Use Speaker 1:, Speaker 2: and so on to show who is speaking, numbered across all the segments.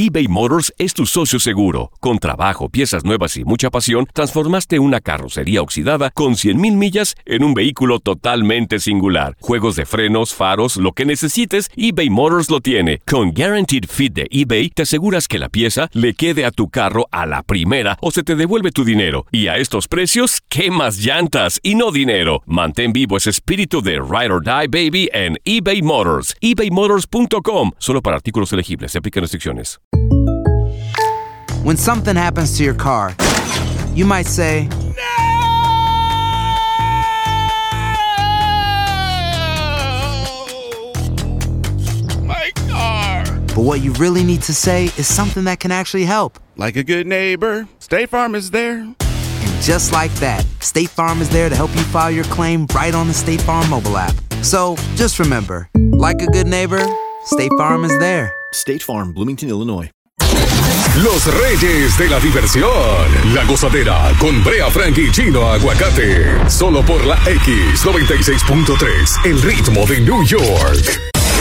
Speaker 1: eBay Motors es tu socio seguro. Con trabajo, piezas nuevas y mucha pasión, transformaste una carrocería oxidada con 100,000 millas en un vehículo totalmente singular. Juegos de frenos, faros, lo que necesites, eBay Motors lo tiene. Con Guaranteed Fit de eBay, te aseguras que la pieza le quede a tu carro a la primera o se te devuelve tu dinero. Y a estos precios, ¿qué más llantas y no dinero? Mantén vivo ese espíritu de Ride or Die, baby, en eBay Motors. ebaymotors.com. Solo para artículos elegibles. Se aplican restricciones.
Speaker 2: When something happens to your car, you might say,
Speaker 3: My car!
Speaker 2: but what you really need to say is something that can actually help.
Speaker 3: Like a good neighbor, State Farm is there.
Speaker 2: And just like that, State Farm is there to help you file your claim right on the State Farm mobile app. So just remember, like a good neighbor, State Farm is there.
Speaker 4: State Farm, Bloomington, Illinois.
Speaker 5: Los Reyes de la Diversión. La Gozadera con Brea Frank y Chino Aguacate. Solo por la X96.3. El ritmo de New York.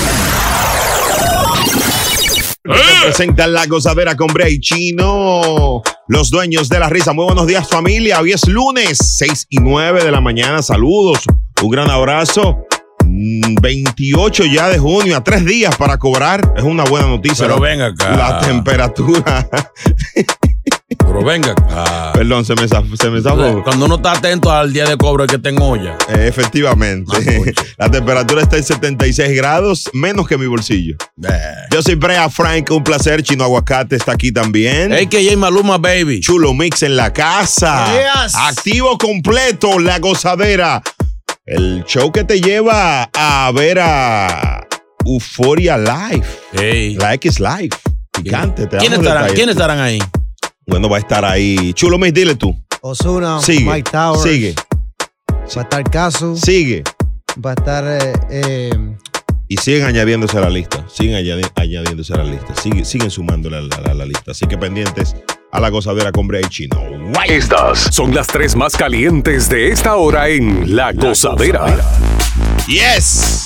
Speaker 6: Presentan La Gozadera con Brea y Chino. Los dueños de la risa. Muy buenos días, familia. Hoy es lunes, 6:09 de la mañana. Saludos. Un gran abrazo. 28 ya de junio, a 3 días para cobrar. Es una buena noticia.
Speaker 7: Pero venga acá.
Speaker 6: La temperatura.
Speaker 7: Pero venga acá.
Speaker 6: Perdón, se me zafó.
Speaker 7: Cuando uno está atento al día de cobro es que tengo olla.
Speaker 6: Efectivamente. La temperatura está en 76 grados, menos que mi bolsillo. Yo soy Brea Frank, un placer. Chino Aguacate está aquí también.
Speaker 7: AKA Maluma, baby.
Speaker 6: Chulo Mix en la casa.
Speaker 7: Yes.
Speaker 6: Activo completo, La Gozadera. El show que te lleva a ver a Euphoria Live.
Speaker 7: Hey.
Speaker 6: La X Live. Picante.
Speaker 7: ¿Quiénes estarán ahí?
Speaker 6: Bueno, va a estar ahí. Chulo Mix, dile tú.
Speaker 8: Ozuna,
Speaker 6: Sigue.
Speaker 8: Mike Towers.
Speaker 6: Sigue.
Speaker 8: Va a estar Casu.
Speaker 6: Sigue.
Speaker 8: Va a estar...
Speaker 6: Y siguen añadiéndose a la lista. Siguen añadiéndose a la lista. Siguen sumándole a la lista. Así que pendientes a La Gozadera con Brea y Chino.
Speaker 5: Estas son las 3 más calientes de esta hora en La Gozadera.
Speaker 6: Yes.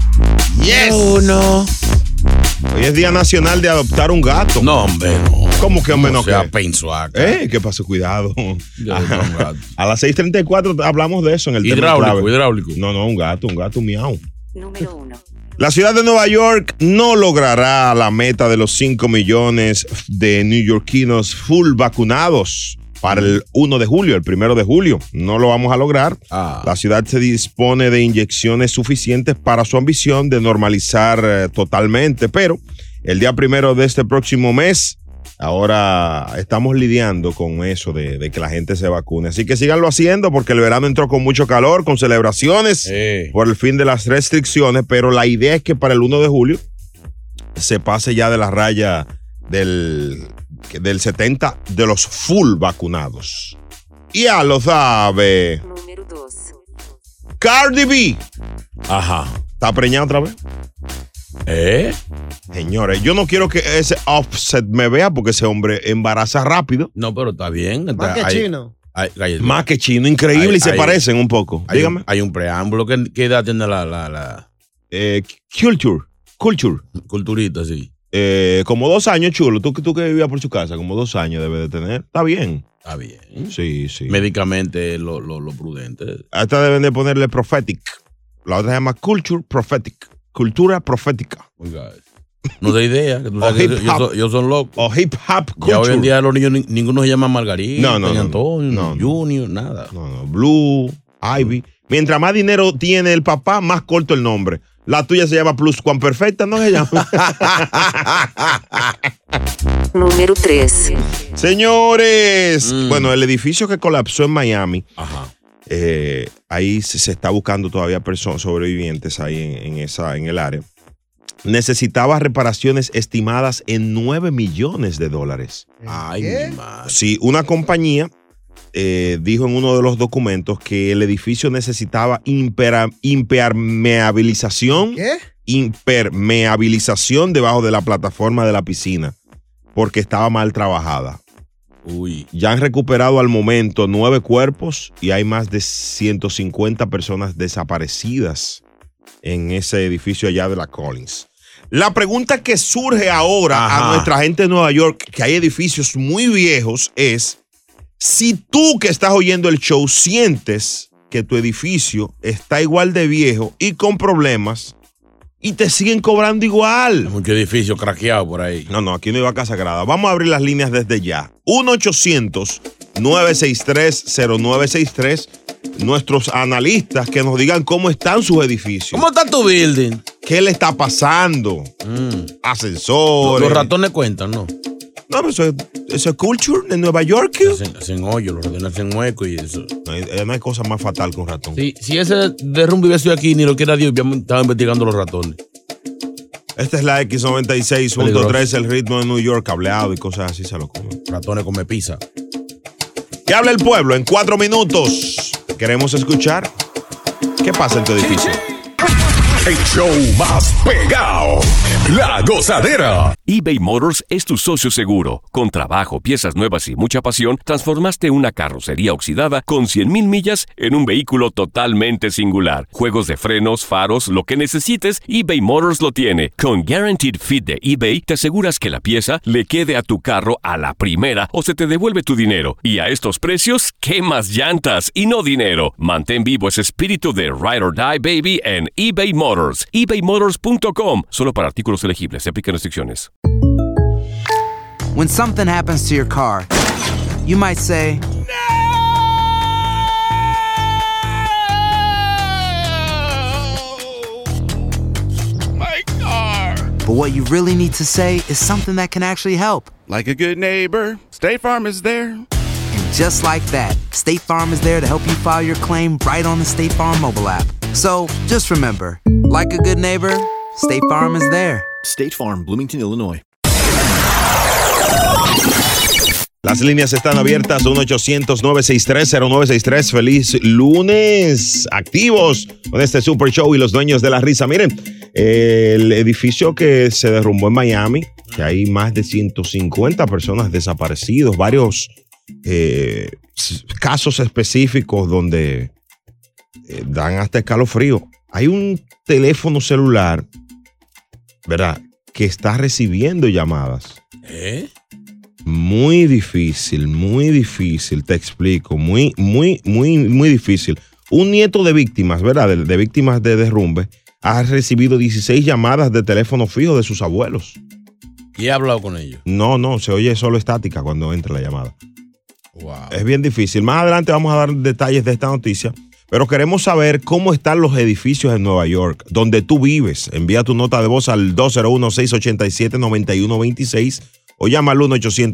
Speaker 7: No.
Speaker 6: Hoy es Día Nacional de Adoptar un Gato.
Speaker 7: No, hombre, no.
Speaker 6: ¿Cómo que hombre no?
Speaker 7: sea
Speaker 6: ¿Qué?
Speaker 7: pensuaca.
Speaker 6: ¿Qué pasó? Cuidado. A las 6:34 hablamos de eso en el tema clave.
Speaker 7: Hidráulico.
Speaker 6: No, un gato miau.
Speaker 9: Número 1.
Speaker 6: La ciudad de Nueva York no logrará la meta de los 5 millones de neoyorquinos full vacunados para el 1 de julio, el 1 de julio. No lo vamos a lograr. La ciudad se dispone de inyecciones suficientes para su ambición de normalizar totalmente, pero el día 1 de este próximo mes, ahora estamos lidiando con eso de que la gente se vacune. Así que síganlo haciendo porque el verano entró con mucho calor, con celebraciones por el fin de las restricciones, pero la idea es que para el 1 de julio se pase ya de la raya del 70 de los full vacunados. Ya lo sabe.
Speaker 9: Número 2.
Speaker 6: Cardi B.
Speaker 7: Ajá.
Speaker 6: ¿Está preñada otra vez? Señores, yo no quiero que ese Offset me vea porque ese hombre embaraza rápido.
Speaker 7: No, pero está bien.
Speaker 8: Más que Chino.
Speaker 6: Más que Chino, increíble, y se parecen un poco. Dígame.
Speaker 7: Hay un preámbulo. ¿Qué edad tiene la culturita, sí?
Speaker 6: Como 2 años, chulo. Tú que vivías por su casa, como 2 años debe de tener. Está bien.
Speaker 7: Está bien.
Speaker 6: Sí.
Speaker 7: Médicamente lo prudente.
Speaker 6: A esta deben de ponerle prophetic. La otra se llama culture prophetic. Cultura profética.
Speaker 7: No da idea. Que tú sabes que yo son locos.
Speaker 6: O hip hop culture.
Speaker 7: Ya hoy en día los niños ninguno se llama Margarita,
Speaker 6: no,
Speaker 7: Antonio, Junior, nada.
Speaker 6: No. Blue, Ivy. Mientras más dinero tiene el papá, más corto el nombre. La tuya se llama Plus Cuan Perfecta, ¿no se llama?
Speaker 9: Número 3.
Speaker 6: Señores, bueno, el edificio que colapsó en Miami.
Speaker 7: Ajá.
Speaker 6: Ahí se está buscando todavía personas sobrevivientes ahí en el área. Necesitaba reparaciones estimadas en $9 millones.
Speaker 7: Ay, mi madre.
Speaker 6: Sí, una compañía dijo en uno de los documentos que el edificio necesitaba impermeabilización.
Speaker 8: ¿Qué?
Speaker 6: Impermeabilización debajo de la plataforma de la piscina porque estaba mal trabajada.
Speaker 7: Uy.
Speaker 6: Ya han recuperado al momento 9 cuerpos y hay más de 150 personas desaparecidas en ese edificio allá de la Collins. La pregunta que surge ahora a nuestra gente de Nueva York, que hay edificios muy viejos, es si tú que estás oyendo el show sientes que tu edificio está igual de viejo y con problemas y te siguen cobrando igual.
Speaker 7: Mucho edificio craqueado por ahí.
Speaker 6: No, aquí no iba a Casa Sagrada. Vamos a abrir las líneas desde ya. 1-800-963-0963. Nuestros analistas que nos digan cómo están sus edificios.
Speaker 7: ¿Cómo está tu building?
Speaker 6: ¿Qué le está pasando? Ascensores.
Speaker 7: Los ratones cuentan, ¿no?
Speaker 6: No, pero eso es culture de Nueva York.
Speaker 7: Hacen hoyo, los ratones hacen hueco y eso.
Speaker 6: No hay cosa más fatal que un ratón.
Speaker 7: Sí, si ese derrumbe hubiese sido aquí, ni lo quiera Dios, estaba investigando los ratones.
Speaker 6: Esta es la X96.3, el ritmo de New York, cableado y cosas así se lo comen.
Speaker 7: Ratones come pizza.
Speaker 6: ¿Qué habla el pueblo en 4 minutos? Queremos escuchar. ¿Qué pasa en tu edificio?
Speaker 5: El show más pegado, La Gozadera.
Speaker 1: eBay Motors es tu socio seguro. Con trabajo, piezas nuevas y mucha pasión, transformaste una carrocería oxidada con 100,000 millas en un vehículo totalmente singular. Juegos de frenos, faros, lo que necesites, eBay Motors lo tiene. Con Guaranteed Fit de eBay, te aseguras que la pieza le quede a tu carro a la primera o se te devuelve tu dinero. Y a estos precios, ¿qué más llantas y no dinero? Mantén vivo ese espíritu de Ride or Die, baby, en eBay Motors. ebaymotors.com. Solo para artículos elegibles. Se aplican restricciones.
Speaker 2: When something happens to your car, you might say,
Speaker 3: My car.
Speaker 2: but what you really need to say is something that can actually help.
Speaker 3: Like a good neighbor, State Farm is there.
Speaker 2: And just like that, State Farm is there to help you file your claim right on the State Farm mobile app. So just remember, like a good neighbor, State Farm is there.
Speaker 4: State Farm, Bloomington, Illinois.
Speaker 6: Las líneas están abiertas, 1-800-963-0963. Feliz lunes, activos con este Super Show y los dueños de la risa. Miren, el edificio que se derrumbó en Miami, que hay más de 150 personas desaparecidos, varios casos específicos donde dan hasta escalofrío. Hay un teléfono celular, ¿verdad?, que está recibiendo llamadas. Muy difícil, te explico, muy difícil. Un nieto de víctimas, ¿verdad?, de víctimas de derrumbe, ha recibido 16 llamadas de teléfono fijo de sus abuelos.
Speaker 7: ¿Y ha hablado con ellos?
Speaker 6: No, se oye solo estática cuando entra la llamada.
Speaker 7: Wow.
Speaker 6: Es bien difícil. Más adelante vamos a dar detalles de esta noticia, pero queremos saber cómo están los edificios en Nueva York, donde tú vives. Envía tu nota de voz al 201-687-9126 o llama al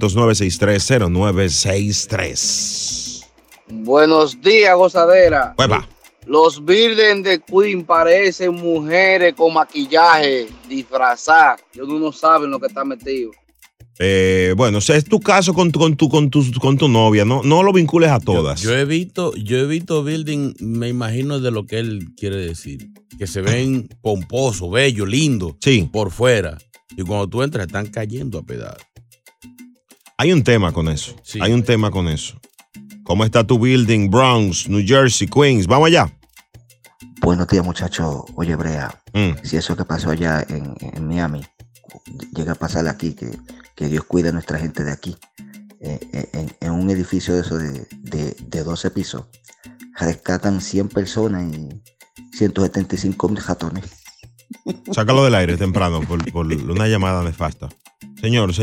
Speaker 6: 1-800-963-0963.
Speaker 10: Buenos días, gozadera.
Speaker 6: Hueva.
Speaker 10: Los buildings de Queen parecen mujeres con maquillaje disfrazadas. Ellos no saben lo que está metido.
Speaker 6: Bueno, si es tu caso con tu novia, no lo vincules a todas.
Speaker 7: Yo he visto building, me imagino de lo que él quiere decir. Que se ven pomposos, bellos, lindos,
Speaker 6: sí,
Speaker 7: por fuera. Y cuando tú entras están cayendo a pedazos.
Speaker 6: Hay un tema con eso. Sí. Hay un tema con eso. ¿Cómo está tu building? Bronx, New Jersey, Queens. Vamos allá.
Speaker 11: Buenos días, muchachos. Oye, Brea, si eso que pasó allá en Miami llega a pasar aquí, que Dios cuide a nuestra gente de aquí. En un edificio de eso de 12 pisos, rescatan 100 personas y 175 ratones.
Speaker 6: Sácalo del aire temprano por una llamada nefasta. Señor.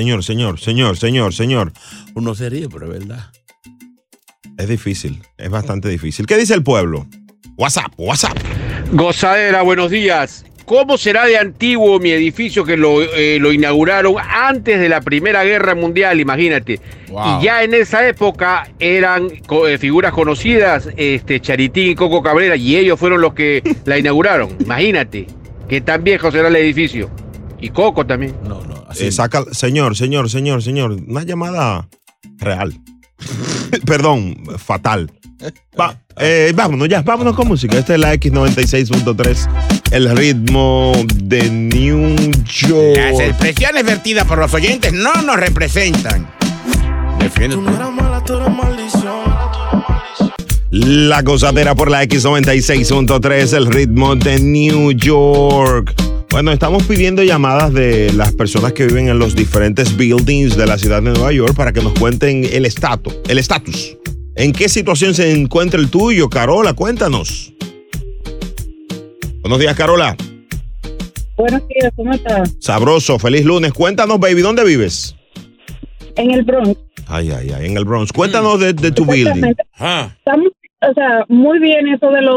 Speaker 7: Uno se ríe, pero es verdad.
Speaker 6: Es difícil, es bastante difícil. ¿Qué dice el pueblo? WhatsApp.
Speaker 12: Gozadera, buenos días. ¿Cómo será de antiguo mi edificio que lo inauguraron antes de la Primera Guerra Mundial? Imagínate. Wow. Y ya en esa época eran figuras conocidas, Charitín y Coco Cabrera, y ellos fueron los que la inauguraron. Imagínate que tan viejo será el edificio. Y Coco también.
Speaker 7: No.
Speaker 6: Señor. Una llamada real. Perdón, fatal. Vámonos con música. Esta es la X96.3, el ritmo de New York.
Speaker 13: Las expresiones vertidas por los oyentes no nos representan.
Speaker 6: Defiéndete. Tú no eras mala, tú eras maldición. La Gozadera por la X96.3, el ritmo de New York. Bueno, estamos pidiendo llamadas de las personas que viven en los diferentes buildings de la ciudad de Nueva York para que nos cuenten el estatus. ¿En qué situación se encuentra el tuyo, Carola? Cuéntanos. Buenos días, Carola.
Speaker 14: Buenos días, ¿cómo estás?
Speaker 6: Sabroso, feliz lunes. Cuéntanos, baby, ¿dónde vives?
Speaker 14: En el Bronx.
Speaker 6: Ay, en el Bronx. Cuéntanos de tu building.
Speaker 14: Estamos, muy bien eso de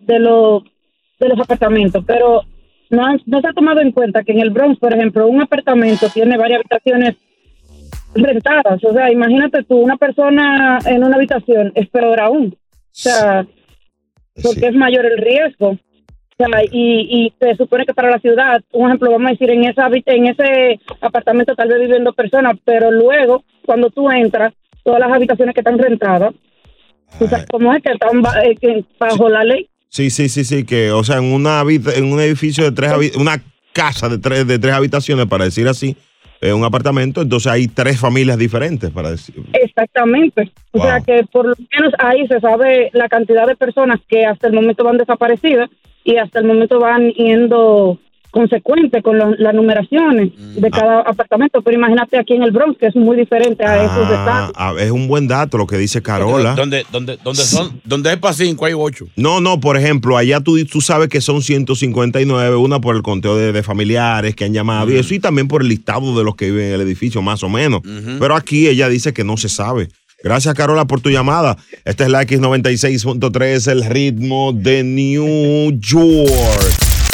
Speaker 14: los apartamentos, pero no se ha tomado en cuenta que en el Bronx, por ejemplo, un apartamento tiene varias habitaciones rentadas. O sea, imagínate tú, una persona en una habitación es peor aún. O sea, porque es mayor el riesgo. O sea, y se supone que para la ciudad, un ejemplo, vamos a decir, en ese apartamento tal vez viven 2 personas, pero luego, cuando tú entras, todas las habitaciones que están rentadas, ¿tú sabes cómo es? Que están bajo la ley. Sí,
Speaker 6: que, o sea, en un edificio de 3 una casa de tres habitaciones, para decir así, un apartamento, entonces hay 3 familias diferentes, para decir.
Speaker 14: Exactamente. O sea, que por lo menos ahí se sabe la cantidad de personas que hasta el momento van desaparecidas y hasta el momento van yendo consecuentes con las numeraciones de cada apartamento. Pero imagínate aquí en el Bronx, que es muy diferente a esos estados.
Speaker 6: Es un buen dato lo que dice Carola.
Speaker 7: ¿Dónde es para 5? Hay 8.
Speaker 6: No, por ejemplo, allá tú sabes que son 159, una por el conteo de familiares que han llamado y eso, y también por el listado de los que viven en el edificio, más o menos. Pero aquí ella dice que no se sabe. Gracias, Carola, por tu llamada. Esta es la X96.3, el ritmo de New York.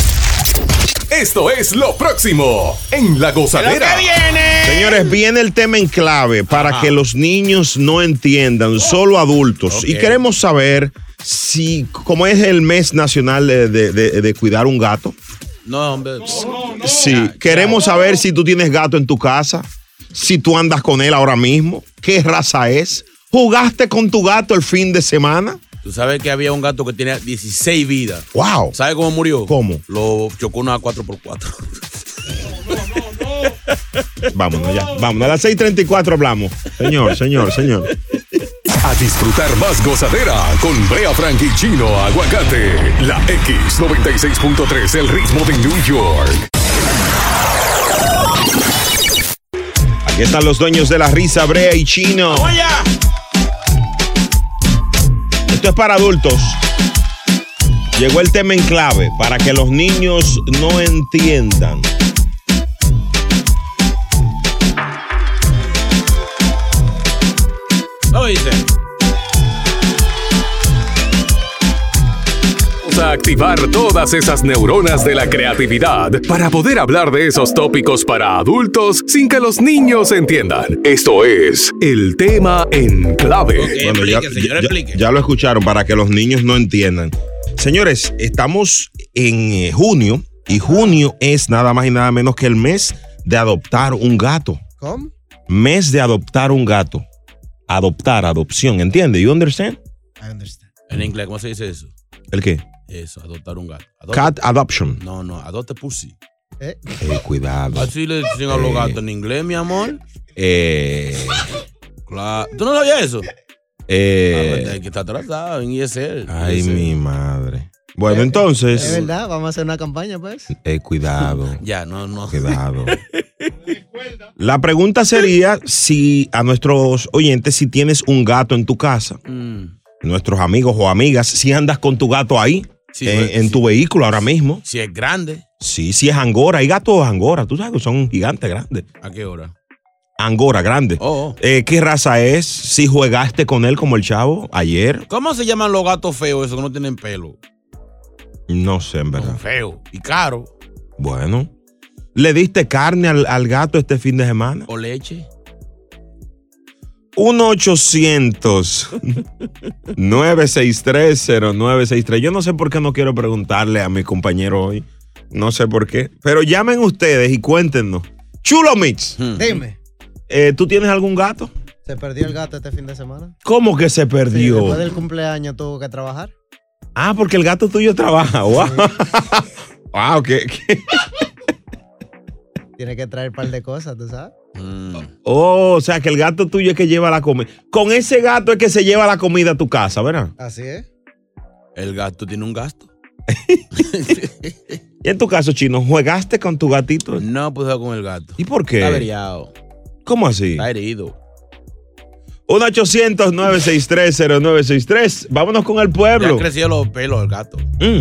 Speaker 5: Esto es lo próximo en La Gozadera.
Speaker 13: ¿Qué viene?
Speaker 6: Señores, viene el tema en clave para que los niños no entiendan, solo adultos. Y queremos saber cómo es el mes nacional de cuidar un gato.
Speaker 7: No, hombre.
Speaker 6: Sí, queremos saber si tú tienes gato en tu casa, si tú andas con él ahora mismo, qué raza es, ¿jugaste con tu gato el fin de semana?
Speaker 7: Tú sabes que había un gato que tenía 16 vidas.
Speaker 6: ¡Wow!
Speaker 7: ¿Sabes cómo murió?
Speaker 6: ¿Cómo?
Speaker 7: Lo chocó una 4x4.
Speaker 6: Vámonos ya. Vámonos. A las 6:34 hablamos. Señor.
Speaker 5: A disfrutar más gozadera con Brea Frank y Chino Aguacate. La X96.3, el ritmo de New York.
Speaker 6: Aquí están los dueños de la risa, Brea y Chino.
Speaker 13: ¡Oye!
Speaker 6: Esto es para adultos. Llegó el tema en clave para que los niños no entiendan.
Speaker 7: ¿Lo dice?
Speaker 5: Vamos a activar todas esas neuronas de la creatividad para poder hablar de esos tópicos para adultos sin que los niños entiendan. Esto es el tema en clave.
Speaker 6: Bueno, ya lo escucharon para que los niños no entiendan. Señores, estamos en junio y junio es nada más y nada menos que el mes de adoptar un gato.
Speaker 8: ¿Cómo?
Speaker 6: Mes de adoptar un gato. Adopción, ¿entiendes? You understand?
Speaker 8: I understand.
Speaker 7: En inglés, ¿cómo se dice eso?
Speaker 6: ¿El qué?
Speaker 7: Eso, adoptar un gato.
Speaker 6: Cat adoption.
Speaker 7: No, adopte pussy.
Speaker 6: Cuidado.
Speaker 7: Así le dicen a los gatos en inglés, mi amor. Claro. ¿Tú no sabías eso? Hay que estar tratado en ESL.
Speaker 6: Ay, mi madre. Bueno, entonces.
Speaker 8: Es verdad, vamos a hacer una campaña, pues.
Speaker 6: Cuidado.
Speaker 7: Ya, no.
Speaker 6: Cuidado. La pregunta sería si a nuestros oyentes, si tienes un gato en tu casa, nuestros amigos o amigas, si andas con tu gato ahí, en tu vehículo ahora mismo.
Speaker 7: Si es grande.
Speaker 6: Sí, si es angora. Hay gatos angora, tú sabes que son gigantes grandes.
Speaker 7: ¿A qué hora?
Speaker 6: Angora, grande. ¿Qué raza es? Si jugaste con él como el chavo ayer.
Speaker 7: ¿Cómo se llaman los gatos feos esos que no tienen pelo?
Speaker 6: No sé, en verdad.
Speaker 7: Feo y caro.
Speaker 6: Bueno. ¿Le diste carne al gato este fin de semana?
Speaker 7: ¿O leche?
Speaker 6: 1-800-963-0963. Yo no sé por qué no quiero preguntarle a mi compañero hoy. No sé por qué. Pero llamen ustedes y cuéntenos. Chulo Mix.
Speaker 8: Dime.
Speaker 6: ¿Tú tienes algún gato?
Speaker 8: ¿Se perdió el gato este fin de semana?
Speaker 6: ¿Cómo que se perdió?
Speaker 8: Sí, después del cumpleaños tuvo que trabajar.
Speaker 6: Ah, porque el gato tuyo trabaja. Wow. Sí. Wow, ¿qué?
Speaker 8: Tiene que traer un par de cosas, ¿tú sabes?
Speaker 6: O sea, que el gato tuyo es que lleva la comida. Con ese gato es que se lleva la comida a tu casa, ¿verdad?
Speaker 8: Así es.
Speaker 7: El gato tiene un gasto.
Speaker 6: Y en tu caso, Chino, ¿juegaste con tu gatito?
Speaker 7: No pude jugar con el gato.
Speaker 6: ¿Y por qué?
Speaker 7: Está averiado.
Speaker 6: ¿Cómo así?
Speaker 7: Está herido.
Speaker 6: 1-800-963-0963. Vámonos con el pueblo.
Speaker 7: Ya han crecido los pelos del gato.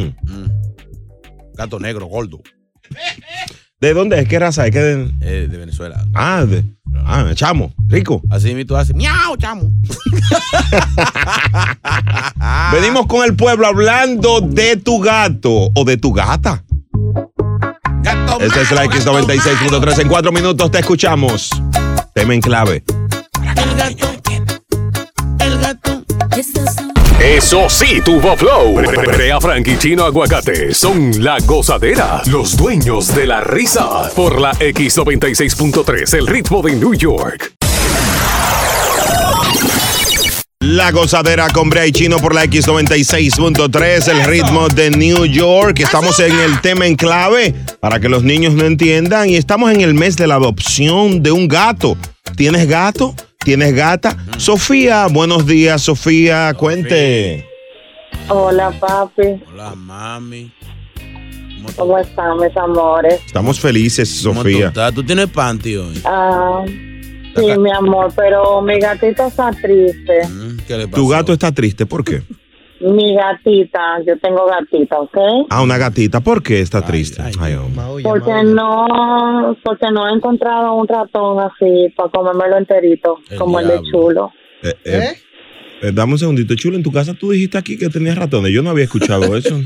Speaker 7: Gato negro, gordo.
Speaker 6: ¿De dónde es? ¿Qué raza es?
Speaker 7: De Venezuela.
Speaker 6: Chamo, rico.
Speaker 7: Así mismo tú haces, miau, chamo.
Speaker 6: Venimos con el pueblo hablando de tu gato o de tu gata. Este es la X96.3. En 4 minutos te escuchamos. Tema en clave.
Speaker 7: El gato.
Speaker 5: Eso sí, tuvo flow. Brea Frank y Chino Aguacate son la gozadera, los dueños de la risa. Por la X96.3, el ritmo de New York.
Speaker 6: La gozadera con Brea y Chino por la X96.3, el ritmo de New York. Estamos en el tema en clave para que los niños no entiendan y estamos en el mes de la adopción de un gato. ¿Tienes gato? ¿Tienes gata? Sofía, buenos días, Sofía. Cuente.
Speaker 15: Hola, papi.
Speaker 7: Hola, mami.
Speaker 15: ¿Cómo están, mis amores?
Speaker 6: Estamos felices, Sofía.
Speaker 7: ¿Tú tienes panty hoy?
Speaker 15: Sí, mi amor, pero mi gatita está triste.
Speaker 7: ¿Qué le pasó?
Speaker 6: ¿Tu gato está triste? ¿Por qué?
Speaker 15: Mi gatita, yo tengo gatita, ¿ok?
Speaker 6: Una gatita. ¿Por qué está triste?
Speaker 15: Porque no he encontrado un ratón así para comérmelo enterito, como el de Chulo.
Speaker 6: Dame un segundito, Chulo. En tu casa tú dijiste aquí que tenías ratones. Yo no había escuchado eso.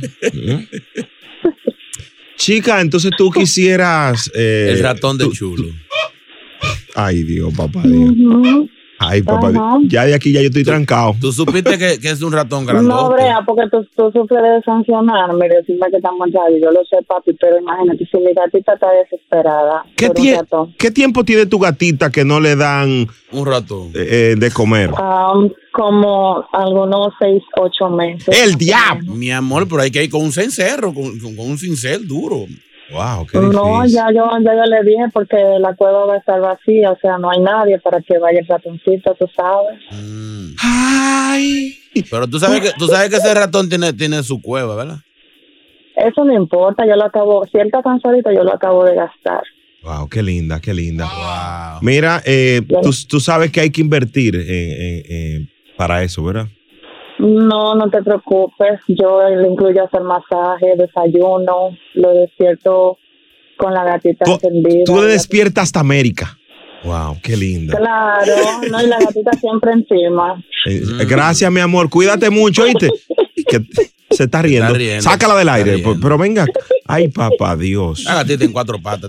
Speaker 6: Chica, entonces tú quisieras...
Speaker 7: el ratón de Chulo.
Speaker 6: Ay, Dios, papá Dios. Ay, papá Dios. Ya de aquí ya yo estoy trancado.
Speaker 7: ¿Tú supiste que es un ratón grandote?
Speaker 15: No, Brea, porque tú sufres de sancionarme, decirme que estamos en radio. Yo lo sé, papi, pero imagínate, si mi gatita está desesperada.
Speaker 6: ¿Qué tiempo tiene tu gatita que no le dan
Speaker 7: un ratón
Speaker 6: de comer?
Speaker 15: Como algunos 6, 8 meses.
Speaker 6: ¡El diablo!
Speaker 7: Mi amor, pero hay que ir con un cencerro, con un cincel duro.
Speaker 6: Wow, qué difícil.
Speaker 15: No, ya yo le dije porque la cueva va a estar vacía, o sea, no hay nadie para que vaya el ratoncito, tú sabes.
Speaker 6: Ay.
Speaker 7: Pero tú sabes que ese ratón tiene su cueva, ¿verdad?
Speaker 15: Eso no importa, yo lo acabo, si él está cansadito, yo lo acabo de gastar.
Speaker 6: Wow, qué linda, qué linda.
Speaker 7: Wow.
Speaker 6: Mira, tú sabes que hay que invertir para eso, ¿verdad?
Speaker 15: No te preocupes. Yo le incluyo hacer masaje, desayuno, lo despierto con la gatita encendida.
Speaker 6: Tú le despiertas hasta América. Wow, qué linda.
Speaker 15: Claro, no, y la gatita siempre encima.
Speaker 6: Gracias, mi amor. Cuídate mucho, ¿oíste? Que se está riendo. Sácala del aire. Pero venga. Ay, papá Dios.
Speaker 7: La gatita en 4 patas.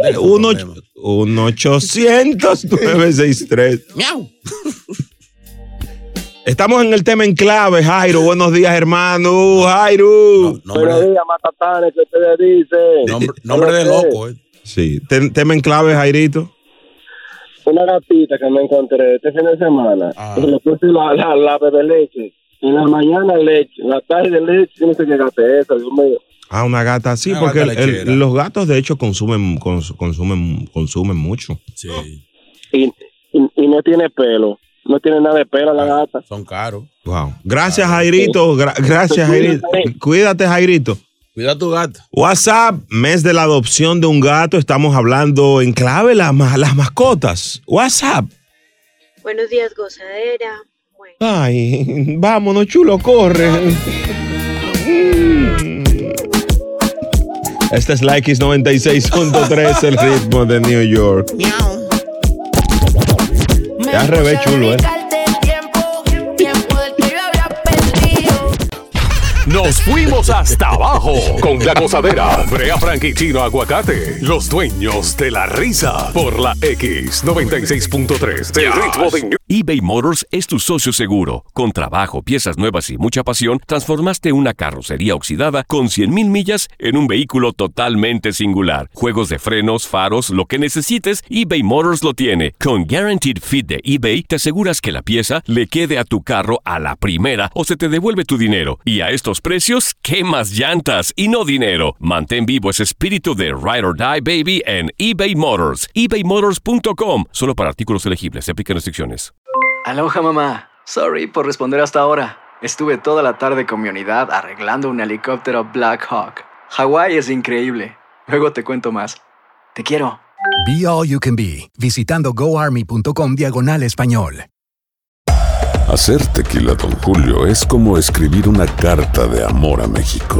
Speaker 6: 1-800-963.
Speaker 7: Miau.
Speaker 6: Estamos en el tema en clave, Jairo. Buenos días, hermano. Jairo.
Speaker 16: Buenos días, Matatanes, ¿qué ustedes dicen?
Speaker 7: Nombre de loco,
Speaker 6: Sí. Tema en clave, Jairito.
Speaker 16: Una gatita que me encontré este fin de semana. Y le puse la bebé leche. En la mañana leche, en la tarde leche. No sé qué gata es esa, Dios mío.
Speaker 6: Una gata, sí, porque los gatos de hecho consumen mucho.
Speaker 7: Sí.
Speaker 16: Y no tiene pelo. No tiene nada de pelo la gata.
Speaker 7: Son caros.
Speaker 6: Wow. Gracias, Jairito. Gracias, Jairito. Cuídate, Jairito.
Speaker 7: Cuida tu gato.
Speaker 6: WhatsApp, mes de la adopción de un gato. Estamos hablando en clave las mascotas. WhatsApp.
Speaker 17: Buenos días, gozadera. Bueno.
Speaker 6: Ay, vámonos, Chulo, corre. Esta es la X96.3, el ritmo de New York. Ya al revés, Chulo,
Speaker 5: Nos fuimos hasta abajo con la gozadera. Brea Frank y Chino Aguacate, los dueños de la risa. Por la X96.3, el ritmo de New York.
Speaker 1: eBay Motors es tu socio seguro. Con trabajo, piezas nuevas y mucha pasión, transformaste una carrocería oxidada con 100,000 millas en un vehículo totalmente singular. Juegos de frenos, faros, lo que necesites, eBay Motors lo tiene. Con Guaranteed Fit de eBay, te aseguras que la pieza le quede a tu carro a la primera o se te devuelve tu dinero. Y a estos precios, ¿qué más llantas y no dinero? Mantén vivo ese espíritu de Ride or Die, baby, en eBay Motors. ebaymotors.com. Solo para artículos elegibles. Se aplican restricciones.
Speaker 18: Aloha, mamá. Sorry por responder hasta ahora. Estuve toda la tarde con mi unidad arreglando un helicóptero Black Hawk. Hawái es increíble. Luego te cuento más. Te quiero.
Speaker 19: Be All You Can Be, visitando goarmy.com/español.
Speaker 5: Hacer tequila Don Julio es como escribir una carta de amor a México.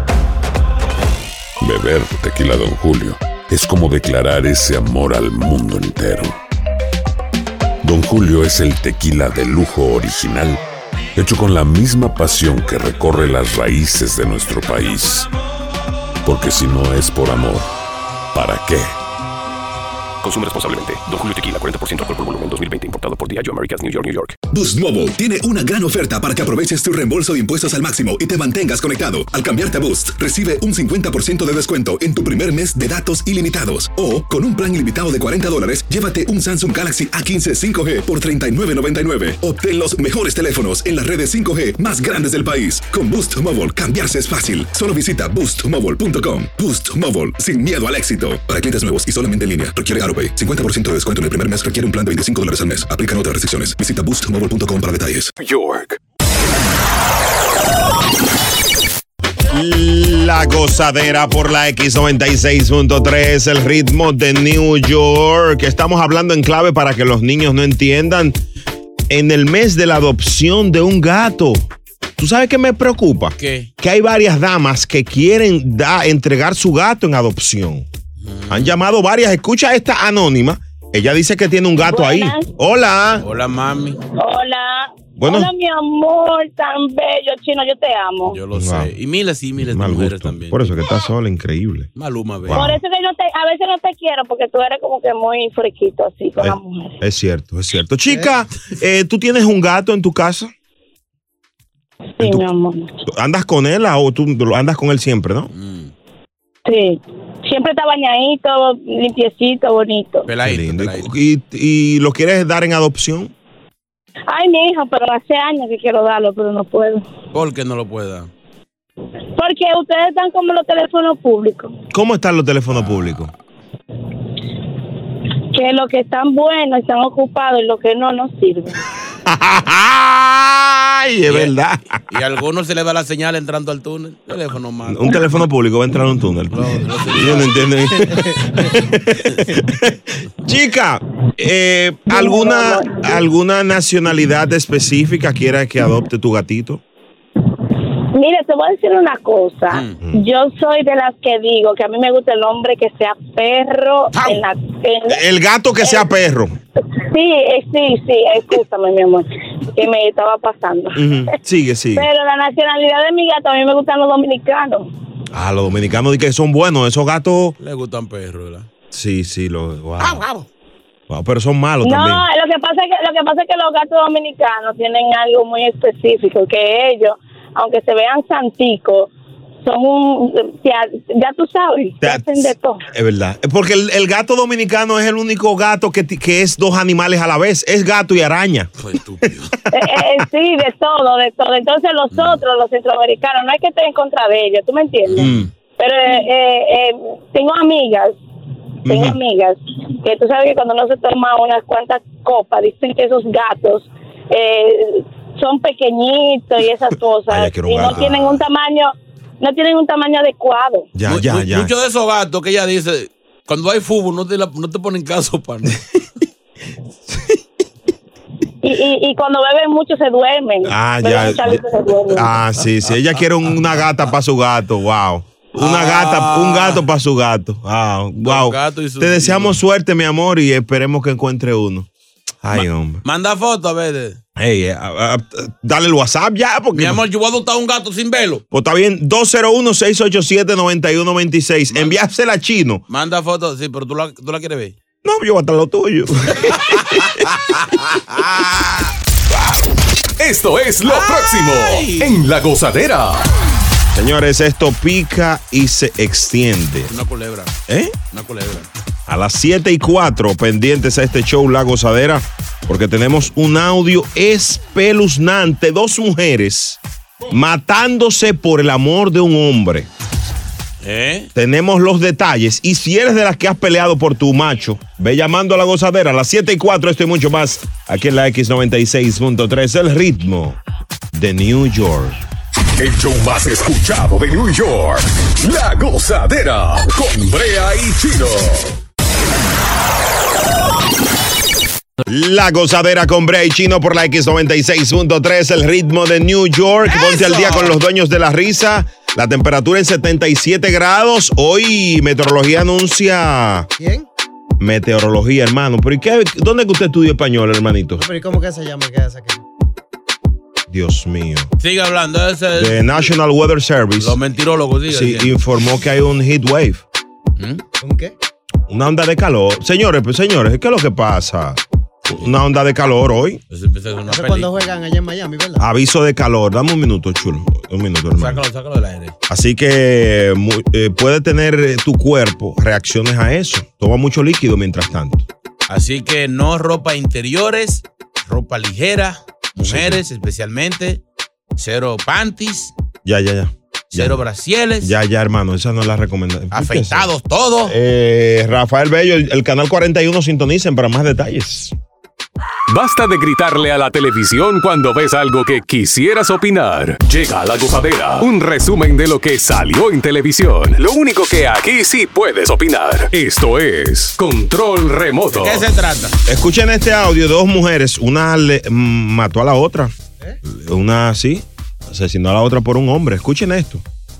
Speaker 5: Beber tequila Don Julio es como declarar ese amor al mundo entero. Don Julio es el tequila de lujo original, hecho con la misma pasión que recorre las raíces de nuestro país. Porque si no es por amor, ¿para qué?
Speaker 1: Consume responsablemente. Don Julio Tequila, 40% alcohol por volumen, 2020. Importado por Diageo Americas, New York, New York.
Speaker 20: Boost Mobile tiene una gran oferta para que aproveches tu reembolso de impuestos al máximo y te mantengas conectado. Al cambiarte a Boost, recibe un 50% de descuento en tu primer mes de datos ilimitados. O, con un plan ilimitado de $40, llévate un Samsung Galaxy A15 5G por $39.99. Obtén los mejores teléfonos en las redes 5G más grandes del país. Con Boost Mobile, cambiarse es fácil. Solo visita boostmobile.com. Boost Mobile, sin miedo al éxito. Para clientes nuevos y solamente en línea, requiere AroPay. 50% de descuento en el primer mes, requiere un plan de $25 al mes. Aplican otras restricciones. Visita boostmobile.com para detalles.
Speaker 5: York.
Speaker 6: La gozadera por la X96.3, el ritmo de New York. Estamos hablando en clave para que los niños no entiendan. En el mes de la adopción de un gato. ¿Tú sabes qué me preocupa?
Speaker 7: ¿Qué?
Speaker 6: Que hay varias damas que quieren entregar su gato en adopción. Han llamado varias. Escucha esta anónima. Ella dice que tiene un gato ahí. Hola.
Speaker 7: Hola, mami.
Speaker 21: Hola.
Speaker 6: Bueno.
Speaker 21: Hola, mi amor, tan bello, Chino, yo te amo.
Speaker 7: Yo lo sé. Y miles de mujeres también.
Speaker 6: Por eso que estás sola, increíble.
Speaker 7: Maluma, ve.
Speaker 21: Por eso que a veces no te quiero, porque tú eres como que muy friquito así con la mujer.
Speaker 6: Es cierto, es cierto. Chica, ¿tú tienes un gato en tu casa?
Speaker 21: Sí, mi amor.
Speaker 6: ¿Andas con él o tú andas con él siempre, no?
Speaker 21: Sí. Siempre está bañadito, limpiecito, bonito.
Speaker 7: Peladito.
Speaker 6: ¿Y lo quieres dar en adopción?
Speaker 21: Ay, mi hijo, pero hace años que quiero darlo, pero no puedo.
Speaker 7: ¿Por qué no lo puede dar?
Speaker 21: Porque ustedes están como los teléfonos públicos.
Speaker 6: ¿Cómo están los teléfonos públicos?
Speaker 21: Que los que están buenos están ocupados y los que no sirven.
Speaker 6: ¡Ay, es verdad!
Speaker 7: Y a algunos se le va la señal entrando al túnel. Teléfono malo.
Speaker 6: Un teléfono público va a entrar a un túnel. Yo no entiendo. Chica, ¿alguna nacionalidad específica quiera que adopte tu gatito?
Speaker 21: Mire, te voy a decir una cosa. Yo soy de las que digo que a mí me gusta el hombre que sea perro.
Speaker 6: El gato que sea perro.
Speaker 21: Sí, escúchame, mi amor, que me estaba pasando.
Speaker 6: Sigue.
Speaker 21: Pero la nacionalidad de mi gato, a mí me gustan los dominicanos.
Speaker 6: Ah, los dominicanos dicen que son buenos, esos gatos.
Speaker 7: Le gustan perros, ¿verdad?
Speaker 6: Sí, wow. Wow, pero son malos también.
Speaker 21: No, lo que pasa es que los gatos dominicanos tienen algo muy específico, que ellos, aunque se vean santicos, son ya tú sabes, hacen de todo.
Speaker 6: Es verdad, porque el gato dominicano es el único gato que es dos animales a la vez, es gato y araña.
Speaker 21: Sí, de todo. Entonces los otros, los centroamericanos, no hay que estar en contra de ellos, ¿tú me entiendes? Pero tengo amigas que tú sabes que cuando uno se toma unas cuantas copas, dicen que esos gatos son pequeñitos y esas cosas, y no tienen un tamaño adecuado.
Speaker 6: Ya.
Speaker 7: Muchos de esos gatos que ella dice, cuando hay fútbol no te ponen caso, pana.
Speaker 21: y cuando beben mucho se duermen.
Speaker 6: Sí. Ella quiere una gata para su gato, wow. Un gato para su gato. Wow. Te deseamos suerte, mi amor, y esperemos que encuentre uno. Ay, hombre.
Speaker 7: Manda foto a ver.
Speaker 6: Dale el WhatsApp ya. Porque
Speaker 7: mi amor, yo voy a adoptar un gato sin velo.
Speaker 6: Pues está bien, 201-687-9126. Enviársela a Chino.
Speaker 7: Manda foto, sí, pero tú la quieres ver.
Speaker 6: No, yo voy a estar lo tuyo.
Speaker 5: Esto es lo próximo en La Gozadera.
Speaker 6: Señores, esto pica y se extiende.
Speaker 7: Una culebra. Una culebra.
Speaker 6: A las 7:04, pendientes a este show La Gozadera, porque tenemos un audio espeluznante. 2 mujeres matándose por el amor de un hombre. Tenemos los detalles. Y si eres de las que has peleado por tu macho, ve llamando a La Gozadera a las 7:04, esto y mucho más, aquí en la X96.3, el ritmo de New York.
Speaker 5: El show más escuchado de New York. La Gozadera con Brea y Chino.
Speaker 6: La Gozadera con Brea y Chino por la X96.3, el ritmo de New York. Ponte al día con los dueños de la risa. La temperatura en 77 grados. Hoy Meteorología anuncia...
Speaker 8: ¿Quién?
Speaker 6: Meteorología, hermano. ¿Pero dónde que usted estudió español, hermanito?
Speaker 8: No, pero ¿y cómo que se llama? ¿Qué hace aquí?
Speaker 6: Dios mío.
Speaker 7: Sigue hablando.
Speaker 6: The National Weather Service.
Speaker 7: Los mentirólogos, diga.
Speaker 6: Sí, informó que hay un heat wave.
Speaker 8: ¿Un qué?
Speaker 6: Una onda de calor. Señores, ¿qué es lo que pasa? Una onda de calor hoy.
Speaker 8: Eso es cuando juegan allá en Miami, ¿verdad?
Speaker 6: Aviso de calor. Dame un minuto, chulo. Un minuto, hermano.
Speaker 7: Sácalo del aire.
Speaker 6: Así que puede tener tu cuerpo reacciones a eso. Toma mucho líquido mientras tanto.
Speaker 7: Así que no ropa interiores, ropa ligera, mujeres especialmente, cero panties.
Speaker 6: Ya.
Speaker 7: Cero brasieles.
Speaker 6: Ya, hermano, esa no es la recomendación.
Speaker 7: Afeitados todos.
Speaker 6: Rafael Bello, el canal 41, sintonicen para más detalles.
Speaker 5: Basta de gritarle a la televisión cuando ves algo que quisieras opinar. Llega a La Gozadera, un resumen de lo que salió en televisión. Lo único que aquí sí puedes opinar. Esto es Control Remoto.
Speaker 7: ¿De qué se trata?
Speaker 6: Escuchen este audio. Dos mujeres, una mató a la otra. Una sí, asesinó a la otra por un hombre. Escuchen esto.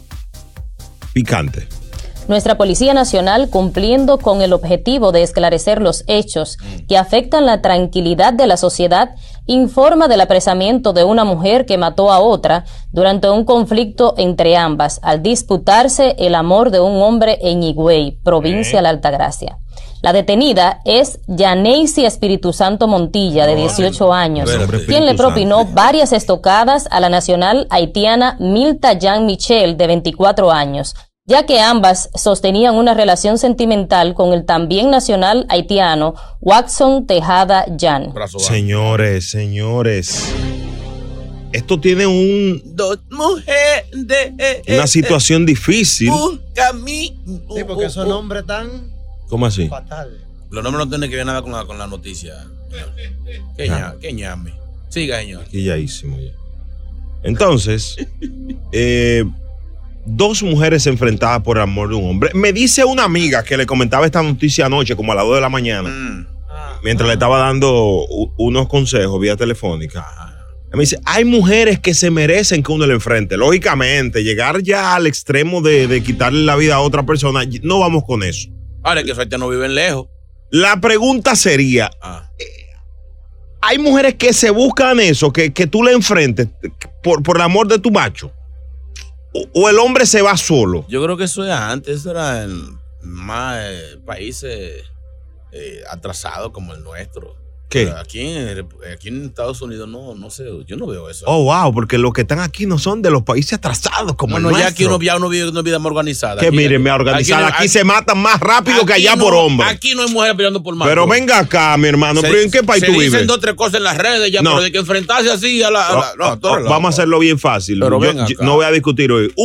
Speaker 6: Picante.
Speaker 9: Nuestra Policía Nacional, cumpliendo con el objetivo de esclarecer los hechos que afectan la tranquilidad de la sociedad, informa del apresamiento de una mujer que mató a otra durante un conflicto entre ambas al disputarse el amor de un hombre en Higüey, provincia de la Altagracia. La detenida es Yaneisi Espíritu Santo Montilla, de 18 años, quien le propinó varias estocadas a la nacional haitiana Milta Jean Michel, de 24 años, ya que ambas sostenían una relación sentimental con el también nacional haitiano Watson Tejada Jan.
Speaker 6: Señores, esto tiene una situación difícil.
Speaker 8: Un camino. Sí, porque esos nombres tan...
Speaker 6: ¿Cómo así?
Speaker 8: Fatales.
Speaker 7: Los nombres no tienen que ver nada con la noticia. Qué ñame. Siga, señor.
Speaker 6: Quillaísimo ya. Entonces, dos mujeres enfrentadas por el amor de un hombre. Me dice una amiga que le comentaba esta noticia anoche, como a las 2 de la mañana, mientras le estaba dando unos consejos vía telefónica. Me dice, hay mujeres que se merecen que uno le enfrente. Lógicamente, llegar ya al extremo de quitarle la vida a otra persona, no vamos con eso.
Speaker 7: Ahora que suerte no viven lejos.
Speaker 6: La pregunta sería, ¿hay mujeres que se buscan eso, que tú le enfrentes por el amor de tu macho? ¿O el hombre se va solo?
Speaker 7: Yo creo que eso era antes, eso era en más países atrasados como el nuestro.
Speaker 6: ¿Qué?
Speaker 7: Pero aquí en Estados Unidos no sé, yo no veo eso.
Speaker 6: Oh, wow, porque los que están aquí no son de los países atrasados como el nuestro.
Speaker 7: Ya aquí uno vive una vida más organizada.
Speaker 6: Que miren, organizada. Aquí se matan más rápido que allá por hombres.
Speaker 7: Aquí no hay mujeres peleando por más.
Speaker 6: Pero venga acá, mi hermano. ¿Pero en qué país tú vives?
Speaker 7: Se dicen 2 o 3 cosas en las redes ya, pero de que enfrentarse así a la...
Speaker 6: vamos a hacerlo bien fácil. Yo no voy a discutir hoy.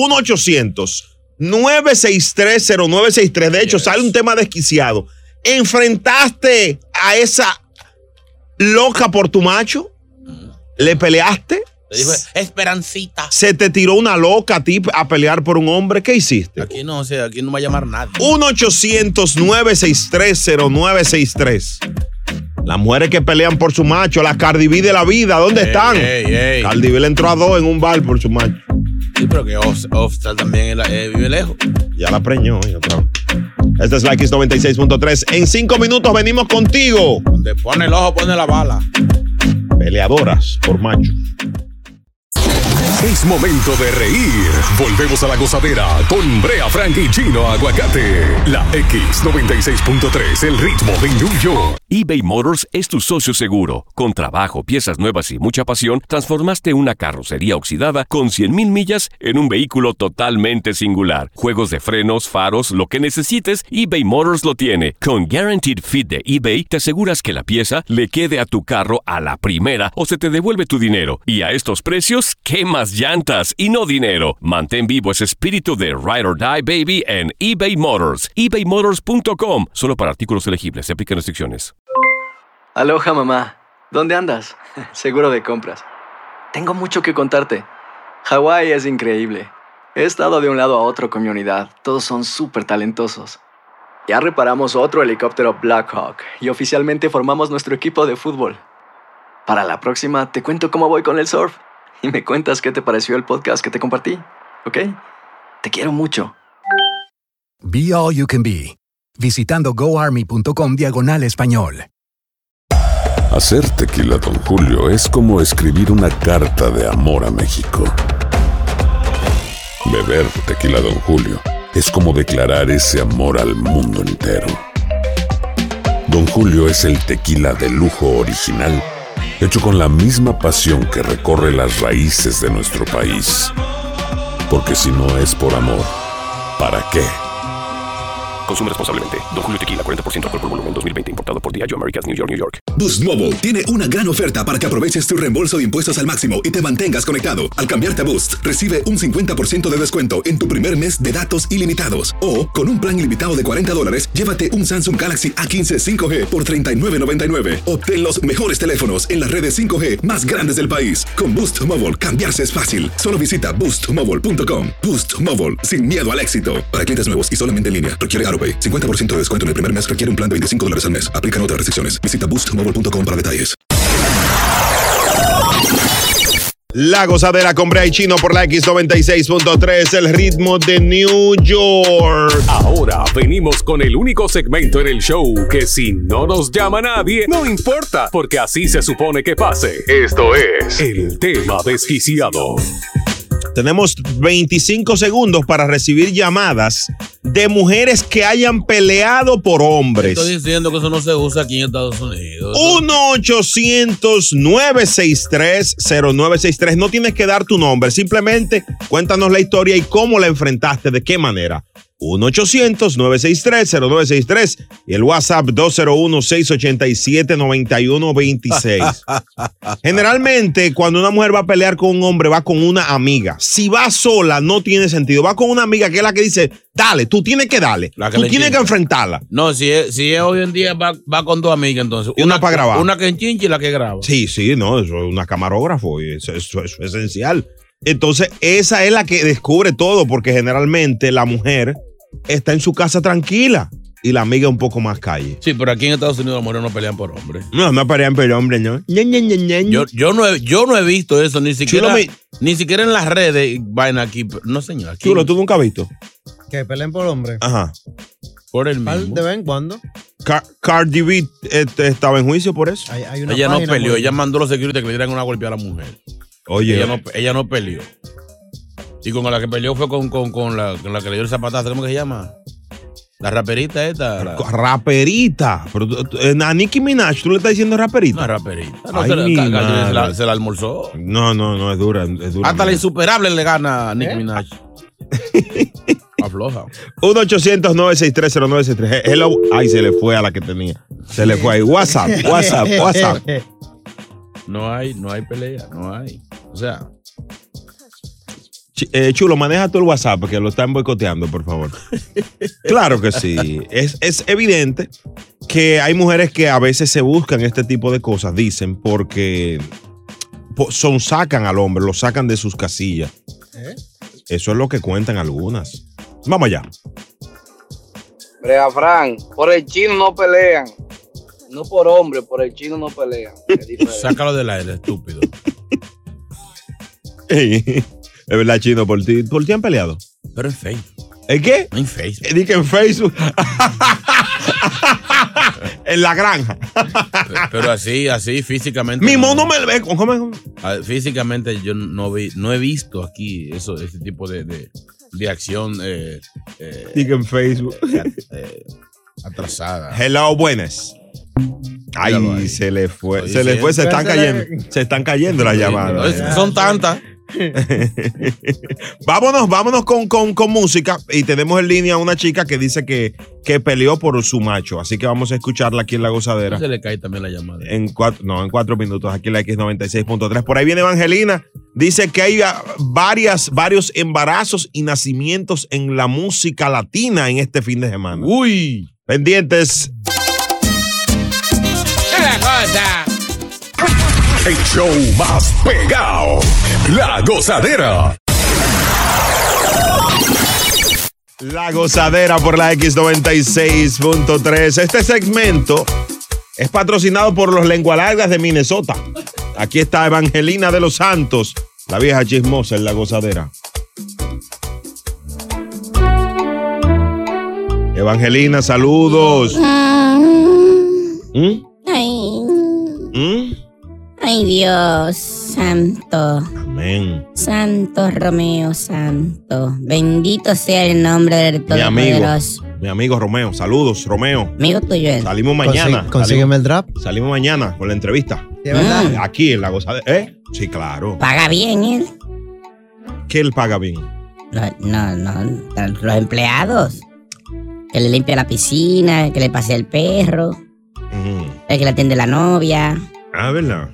Speaker 6: 1-800-963-0963. De hecho, sale un tema desquiciado. ¿Enfrentaste a esa loca por tu macho? ¿Le peleaste?
Speaker 7: Le dijo, Esperancita.
Speaker 6: ¿Se te tiró una loca a ti a pelear por un hombre? ¿Qué hiciste?
Speaker 7: Aquí no va a llamar nadie.
Speaker 6: 1-800-963-0963. Las mujeres que pelean por su macho, la Cardi B de la vida, ¿dónde están? Cardi B le entró a 2 en un bar por su macho.
Speaker 7: Sí, pero que Offstar también vive lejos.
Speaker 6: Ya la preñó otra vez. Esta es la X96.3. En 5 minutos venimos contigo.
Speaker 7: Donde pone el ojo, pone la bala.
Speaker 6: Peleadoras por macho.
Speaker 5: Es momento de reír. Volvemos a La Gozadera con Brea Frank y Chino Aguacate. La X96.3, el ritmo de New York.
Speaker 1: eBay Motors es tu socio seguro. Con trabajo, piezas nuevas y mucha pasión, transformaste una carrocería oxidada con 100,000 millas en un vehículo totalmente singular. Juegos de frenos, faros, lo que necesites, eBay Motors lo tiene. Con Guaranteed Fit de eBay, te aseguras que la pieza le quede a tu carro a la primera o se te devuelve tu dinero. Y a estos precios, ¿qué más llantas y no dinero? Mantén vivo ese espíritu de Ride or Die, baby, en eBay Motors. ebaymotors.com. Solo para artículos elegibles. Se aplican restricciones.
Speaker 18: Aloha, mamá. ¿Dónde andas? Seguro de compras. Tengo mucho que contarte. Hawái es increíble. He estado de un lado a otro con mi unidad. Todos son súper talentosos. Ya reparamos otro helicóptero Blackhawk y oficialmente formamos nuestro equipo de fútbol. Para la próxima te cuento cómo voy con el surf y me cuentas qué te pareció el podcast que te compartí, ¿ok? Te quiero mucho.
Speaker 19: Be All You Can Be, visitando goarmy.com/español.
Speaker 5: Hacer tequila Don Julio es como escribir una carta de amor a México. Beber tequila Don Julio es como declarar ese amor al mundo entero. Don Julio es el tequila de lujo original, hecho con la misma pasión que recorre las raíces de nuestro país. Porque si no es por amor, ¿para qué?
Speaker 1: Consume responsablemente. Don Julio Tequila, 40% alcohol por volumen, 2020. Importado por Diageo Americas, New York, New York.
Speaker 20: Boost Mobile tiene una gran oferta para que aproveches tu reembolso de impuestos al máximo y te mantengas conectado. Al cambiarte a Boost, recibe un 50% de descuento en tu primer mes de datos ilimitados. O, con un plan ilimitado de $40, llévate un Samsung Galaxy A15 5G por $39.99. Obtén los mejores teléfonos en las redes 5G más grandes del país. Con Boost Mobile, cambiarse es fácil. Solo visita boostmobile.com. Boost Mobile, sin miedo al éxito. Para clientes nuevos y solamente en línea, requiere AroPay. 50% de descuento en el primer mes requiere un plan de $25 al mes. Aplican otras restricciones. Visita boostmobile.com para detalles.
Speaker 6: La Gozadera con Brea y Chino por la X96.3, el ritmo de New York.
Speaker 5: Ahora venimos con el único segmento en el show que si no nos llama nadie, no importa, porque así se supone que pase. Esto es el tema desquiciado.
Speaker 6: Tenemos 25 segundos para recibir llamadas de mujeres que hayan peleado por hombres.
Speaker 7: Estoy diciendo que eso no se usa aquí en Estados Unidos.
Speaker 6: 1-800-963-0963. No tienes que dar tu nombre, simplemente cuéntanos la historia y cómo la enfrentaste, de qué manera. 1-800-963-0963 y el WhatsApp 201-687-9126. Generalmente, cuando una mujer va a pelear con un hombre, va con una amiga. Si va sola, no tiene sentido. Va con una amiga que es la que dice, dale, tú tienes que darle. Tú tienes que enfrentarla.
Speaker 7: No, si es hoy en día, va con tu amiga, entonces.
Speaker 6: Y una para grabar.
Speaker 7: Una que enchinche y la que graba.
Speaker 6: Sí, no, eso es una camarógrafo y eso es esencial. Entonces, esa es la que descubre todo, porque generalmente la mujer está en su casa tranquila y la amiga un poco más calle.
Speaker 7: Sí, pero aquí en Estados Unidos las mujeres no pelean por hombres.
Speaker 6: No pelean por hombres, ¿no?
Speaker 7: Yo no he visto eso, ni siquiera en las redes. Vaina aquí, no señor. Aquí.
Speaker 6: Chulo, ¿tú nunca has visto?
Speaker 8: Que peleen por hombres.
Speaker 6: Ajá.
Speaker 7: Por el mismo.
Speaker 8: ¿De vez en cuando?
Speaker 6: Cardi B estaba en juicio por eso.
Speaker 7: Ella no peleó, ella mandó a los security que le dieran una golpeada a la mujer.
Speaker 6: Oye.
Speaker 7: Ella no peleó. Y con la que peleó fue con la que le dio el zapatazo. ¿Cómo que se llama? La raperita esta.
Speaker 6: Raperita. Pero, a Nicki Minaj, ¿tú le estás diciendo raperita?
Speaker 7: No, raperita. No, se la almorzó.
Speaker 6: No, es dura.
Speaker 7: Hasta la insuperable le gana a Nicki Minaj. Afloja.
Speaker 6: 1-800-963-0963. Hello. Ay, se le fue a la que tenía. Se le fue ahí. WhatsApp.
Speaker 7: No hay pelea, no hay. O sea.
Speaker 6: Chulo, maneja tú el WhatsApp porque lo están boicoteando, por favor. Claro que sí. Es evidente que hay mujeres que a veces se buscan este tipo de cosas, dicen, porque sacan al hombre, lo sacan de sus casillas. Eso es lo que cuentan algunas. Vamos allá.
Speaker 10: Brea Frank, por el chino no pelean. No por hombre, por el chino no pelean.
Speaker 7: Sácalo del aire, estúpido.
Speaker 6: Es verdad, Chino, por ti han peleado.
Speaker 7: Pero en Facebook.
Speaker 6: ¿En qué?
Speaker 7: En Facebook.
Speaker 6: Dije en Facebook. En la granja.
Speaker 7: Pero así, físicamente.
Speaker 6: Mi mono me ve. ¿Cómo?
Speaker 7: Físicamente yo no he visto aquí ese tipo de acción.
Speaker 6: Dije en Facebook.
Speaker 7: Atrasada.
Speaker 6: Hello, buenas. Ay, se le fue. Se están cayendo. Se están cayendo las llamadas.
Speaker 7: Son tantas.
Speaker 6: Vámonos con música. Y tenemos en línea a una chica que dice que peleó por su macho. Así que vamos a escucharla aquí en La Gozadera.
Speaker 7: Se le cae también la llamada.
Speaker 6: En 4 minutos aquí en la X96.3. Por ahí viene Evangelina. Dice que hay varios embarazos y nacimientos en la música latina en este fin de semana.
Speaker 7: Uy.
Speaker 6: Pendientes.
Speaker 13: ¡Qué cosa!
Speaker 5: El show más pegado. La Gozadera.
Speaker 6: La Gozadera por la X96.3. Este segmento es patrocinado por los lengualargas de Minnesota. Aquí está Evangelina de los Santos, la vieja chismosa en La Gozadera. Evangelina, saludos.
Speaker 3: Ay, Dios santo.
Speaker 6: Amén.
Speaker 3: Santo Romeo Santo. Bendito sea el nombre del Todopoderoso.
Speaker 6: Mi amigo Romeo. Saludos, Romeo.
Speaker 3: Amigo tuyo.
Speaker 6: Salimos mañana.
Speaker 8: Consígueme el draft.
Speaker 6: Salimos mañana con la entrevista.
Speaker 8: ¿De verdad?
Speaker 6: Aquí en La Gozadera. Sí, claro.
Speaker 3: ¿Paga bien él?
Speaker 6: ¿Qué él paga bien?
Speaker 3: No, los empleados. Que le limpia la piscina, que le pasea el perro, el que le atiende la novia.
Speaker 6: Ah, ¿verdad?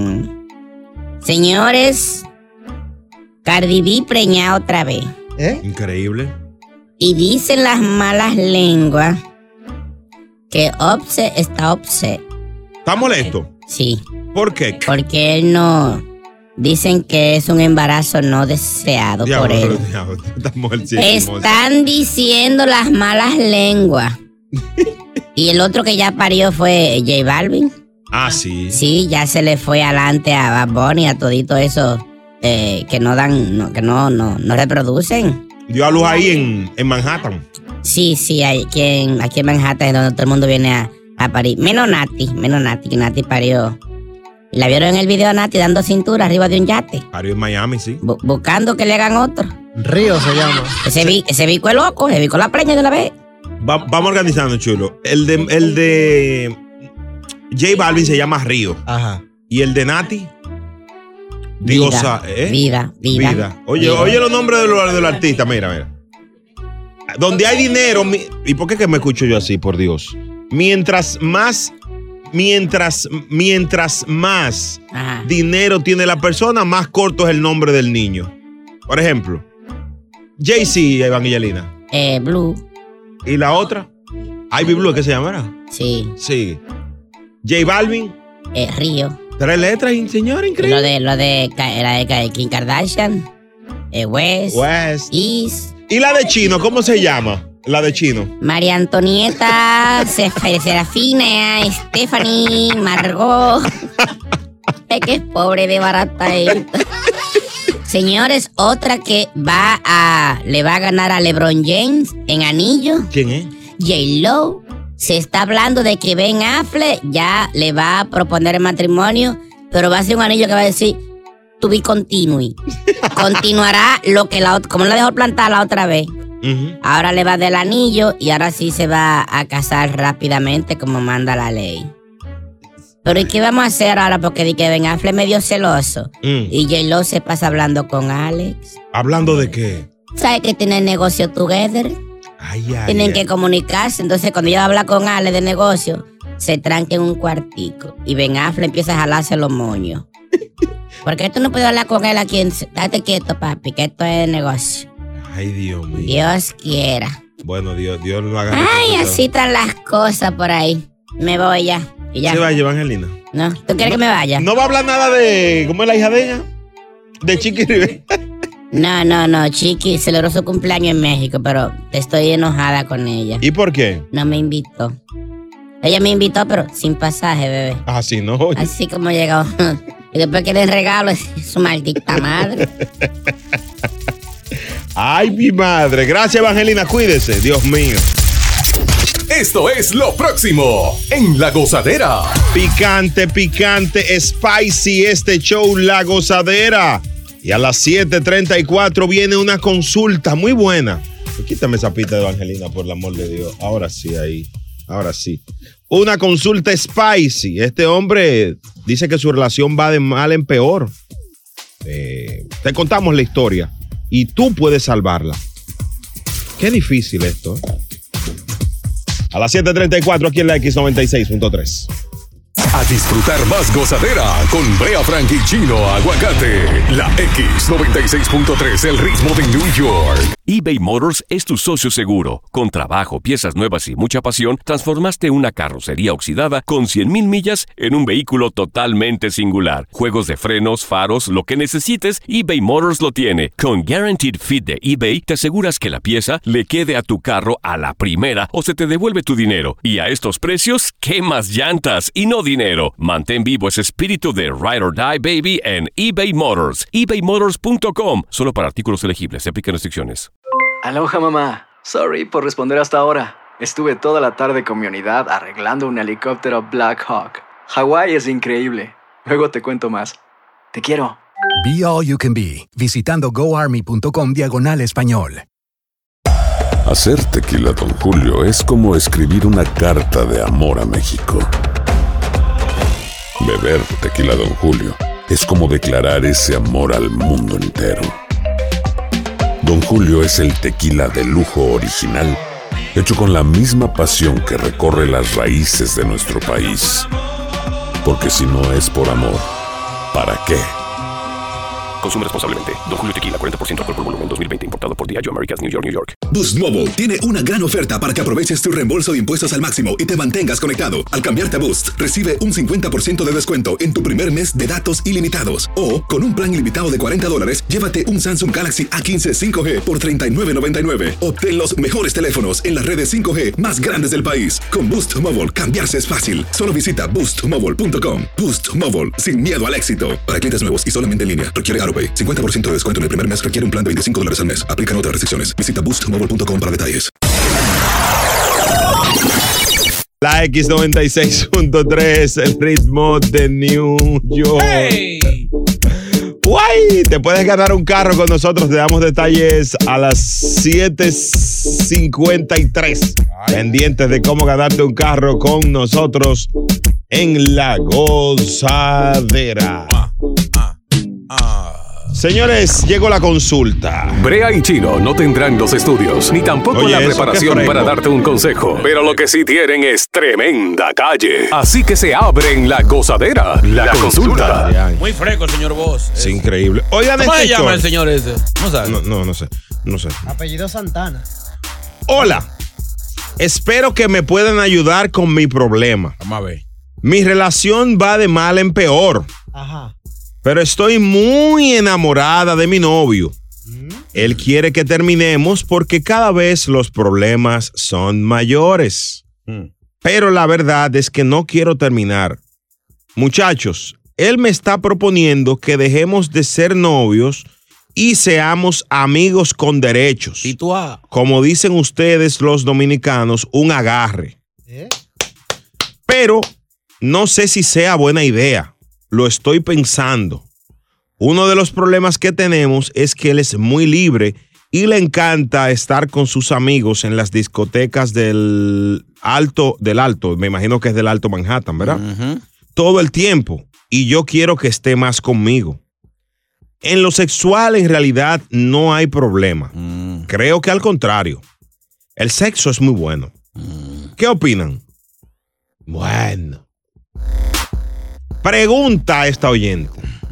Speaker 3: Señores, Cardi B preñada otra vez.
Speaker 6: Increíble.
Speaker 3: Y dicen las malas lenguas que Offset está upset.
Speaker 6: ¿Está molesto?
Speaker 3: Sí.
Speaker 6: ¿Por qué?
Speaker 3: Porque él no... Dicen que es un embarazo no deseado por él. Están diciendo las malas lenguas. Y el otro que ya parió fue J Balvin.
Speaker 6: Ah, sí.
Speaker 3: Sí, ya se le fue adelante a Bad Bunny, a todito eso que no dan, que no reproducen.
Speaker 6: Dio a luz ahí en Manhattan.
Speaker 3: Sí, aquí en Manhattan es donde todo el mundo viene a parir. Menos Nati, que Nati parió. La vieron en el video a Nati dando cintura arriba de un yate.
Speaker 6: Parió en Miami, sí.
Speaker 3: Buscando que le hagan otro.
Speaker 8: Río se llama.
Speaker 3: Ese bico es loco, ese bico la preña de una vez.
Speaker 6: Vamos organizando, chulo. El de J Balvin se llama Río.
Speaker 8: Ajá.
Speaker 6: ¿Y el de Nati? Diosa,
Speaker 3: Vida.
Speaker 6: Oye los nombres de los artistas, mira. Donde hay dinero, ¿y por qué que me escucho yo así, por Dios? Mientras más dinero tiene la persona, más corto es el nombre del niño. Por ejemplo, Jay-Z, Evangelina.
Speaker 3: Blue.
Speaker 6: ¿Y la otra? Ivy Blue, ¿qué se llamará?
Speaker 3: Sí.
Speaker 6: J Balvin.
Speaker 3: Río.
Speaker 6: 3 letras, señor, increíble.
Speaker 3: Lo de Kim Kardashian. West. East.
Speaker 6: ¿Y la de Chino, cómo se llama? La de Chino.
Speaker 3: María Antonieta, Serafina, Stephanie, Margot. Es que es pobre de barata esta. Señores, otra que le va a ganar a LeBron James en anillo.
Speaker 6: ¿Quién es?
Speaker 3: J-Lo. Se está hablando de que Ben Affleck ya le va a proponer el matrimonio, pero va a ser un anillo que va a decir to be continue. Continuará lo que como la dejó plantar la otra vez. Ahora le va del anillo y ahora sí se va a casar rápidamente como manda la ley. Pero ¿y qué vamos a hacer ahora? Porque di que Ben Affleck es medio celoso y J-Lo se pasa hablando con Alex.
Speaker 6: ¿Hablando de qué?
Speaker 3: ¿Sabes que tienen negocio together? Tienen que comunicarse. Entonces cuando ella habla con Alex de negocio, se tranca en un cuartico y Ben Affleck empieza a jalarse los moños. ¿Por qué tú no puedes hablar con él aquí? Date quieto, papi, que esto es negocio.
Speaker 6: Ay, Dios mío.
Speaker 3: Dios quiera.
Speaker 6: Bueno, Dios lo haga.
Speaker 3: Ay, así están las cosas por ahí. Me voy ya. Y ya.
Speaker 6: ¿Se vaya, Evangelina?
Speaker 3: No, ¿tú quieres que me vaya?
Speaker 6: ¿No va a hablar nada de cómo es la hija de ella? De Chiqui Rivera.
Speaker 3: No, Chiqui celebró su cumpleaños en México, pero estoy enojada con ella.
Speaker 6: ¿Y por qué?
Speaker 3: No me invitó. Ella me invitó, pero sin pasaje, bebé.
Speaker 6: Así no.
Speaker 3: Así como llegó. Y después que le regalo es su maldita madre.
Speaker 6: Ay, mi madre. Gracias, Evangelina. Cuídese. Dios mío.
Speaker 5: Esto es lo próximo en La Gozadera.
Speaker 6: Picante, spicy este show La Gozadera. Y a las 7:34 viene una consulta muy buena. Quítame esa pita de Evangelina, por el amor de Dios. Ahora sí, ahí. Ahora sí. Una consulta spicy. Este hombre dice que su relación va de mal en peor. Te contamos la historia y tú puedes salvarla. Qué difícil esto. A las 7:34 aquí en la X96.3.
Speaker 5: A disfrutar más gozadera con Brea Frank y Chino Aguacate. La X96.3, el ritmo de New York.
Speaker 1: eBay Motors es tu socio seguro. Con trabajo, piezas nuevas y mucha pasión, transformaste una carrocería oxidada con 100,000 millas en un vehículo totalmente singular. Juegos de frenos, faros, lo que necesites, eBay Motors lo tiene. Con Guaranteed Fit de eBay, te aseguras que la pieza le quede a tu carro a la primera o se te devuelve tu dinero. Y a estos precios, ¿qué más llantas y no dinero? Mantén vivo ese espíritu de Ride or Die, baby, en eBay Motors. ebaymotors.com. Solo para artículos elegibles. Se aplican restricciones.
Speaker 18: Aloha, mamá. Sorry por responder hasta ahora. Estuve toda la tarde con mi unidad arreglando un helicóptero Black Hawk. Hawái es increíble. Luego te cuento más. Te quiero.
Speaker 19: Be All You Can Be, visitando goarmy.com/español.
Speaker 2: Hacer tequila Don Julio es como escribir una carta de amor a México. Beber tequila Don Julio es como declarar ese amor al mundo entero. Don Julio es el tequila de lujo original, hecho con la misma pasión que recorre las raíces de nuestro país. Porque si no es por amor, ¿para qué?
Speaker 1: Consume responsablemente. Don Julio Tequila, 40% alcohol por volumen, 2020. Importado por Diageo Americas, New York, New York.
Speaker 20: Boost Mobile tiene una gran oferta para que aproveches tu reembolso de impuestos al máximo y te mantengas conectado. Al cambiarte a Boost, recibe un 50% de descuento en tu primer mes de datos ilimitados. O, con un plan ilimitado de $40, llévate un Samsung Galaxy A15 5G por $39.99. Obtén los mejores teléfonos en las redes 5G más grandes del país. Con Boost Mobile, cambiarse es fácil. Solo visita boostmobile.com. Boost Mobile, sin miedo al éxito. Para clientes nuevos y solamente en línea, requiere AutoPay. 50% de descuento en el primer mes requiere un plan de $25 al mes. Aplican otras restricciones. Visita boostmobile.com para detalles.
Speaker 6: La X96.3, el ritmo de New York. ¡Hey! ¡Guay! Te puedes ganar un carro con nosotros. Te damos detalles a las 7:53. Pendientes de cómo ganarte un carro con nosotros en La Gozadera. Señores, llegó la consulta.
Speaker 5: Brea y Chino no tendrán los estudios, ni tampoco la preparación para darte un consejo. Pero lo que sí tienen es tremenda calle. Así que se abre en La Gozadera, la consulta.
Speaker 7: Muy fresco, señor Boss.
Speaker 6: Es increíble. Oigan,
Speaker 7: ¿cómo se llama el señor ese? No sabe.
Speaker 6: No sé.
Speaker 8: Apellido Santana.
Speaker 6: Hola. Espero que me puedan ayudar con mi problema.
Speaker 7: Vamos a ver.
Speaker 6: Mi relación va de mal en peor.
Speaker 8: Ajá.
Speaker 6: Pero estoy muy enamorada de mi novio. Él quiere que terminemos porque cada vez los problemas son mayores. Pero la verdad es que no quiero terminar. Muchachos, él me está proponiendo que dejemos de ser novios y seamos amigos con derechos.
Speaker 7: ¿Y tú?
Speaker 6: Como dicen ustedes los dominicanos, un agarre. Pero no sé si sea buena idea. Lo estoy pensando. Uno de los problemas que tenemos es que él es muy libre y le encanta estar con sus amigos en las discotecas del Alto, me imagino que es del Alto Manhattan, ¿verdad? Todo el tiempo. Y yo quiero que esté más conmigo. En lo sexual, en realidad, no hay problema. Creo que al contrario. El sexo es muy bueno. ¿Qué opinan? Bueno. Pregunta a esta oyente.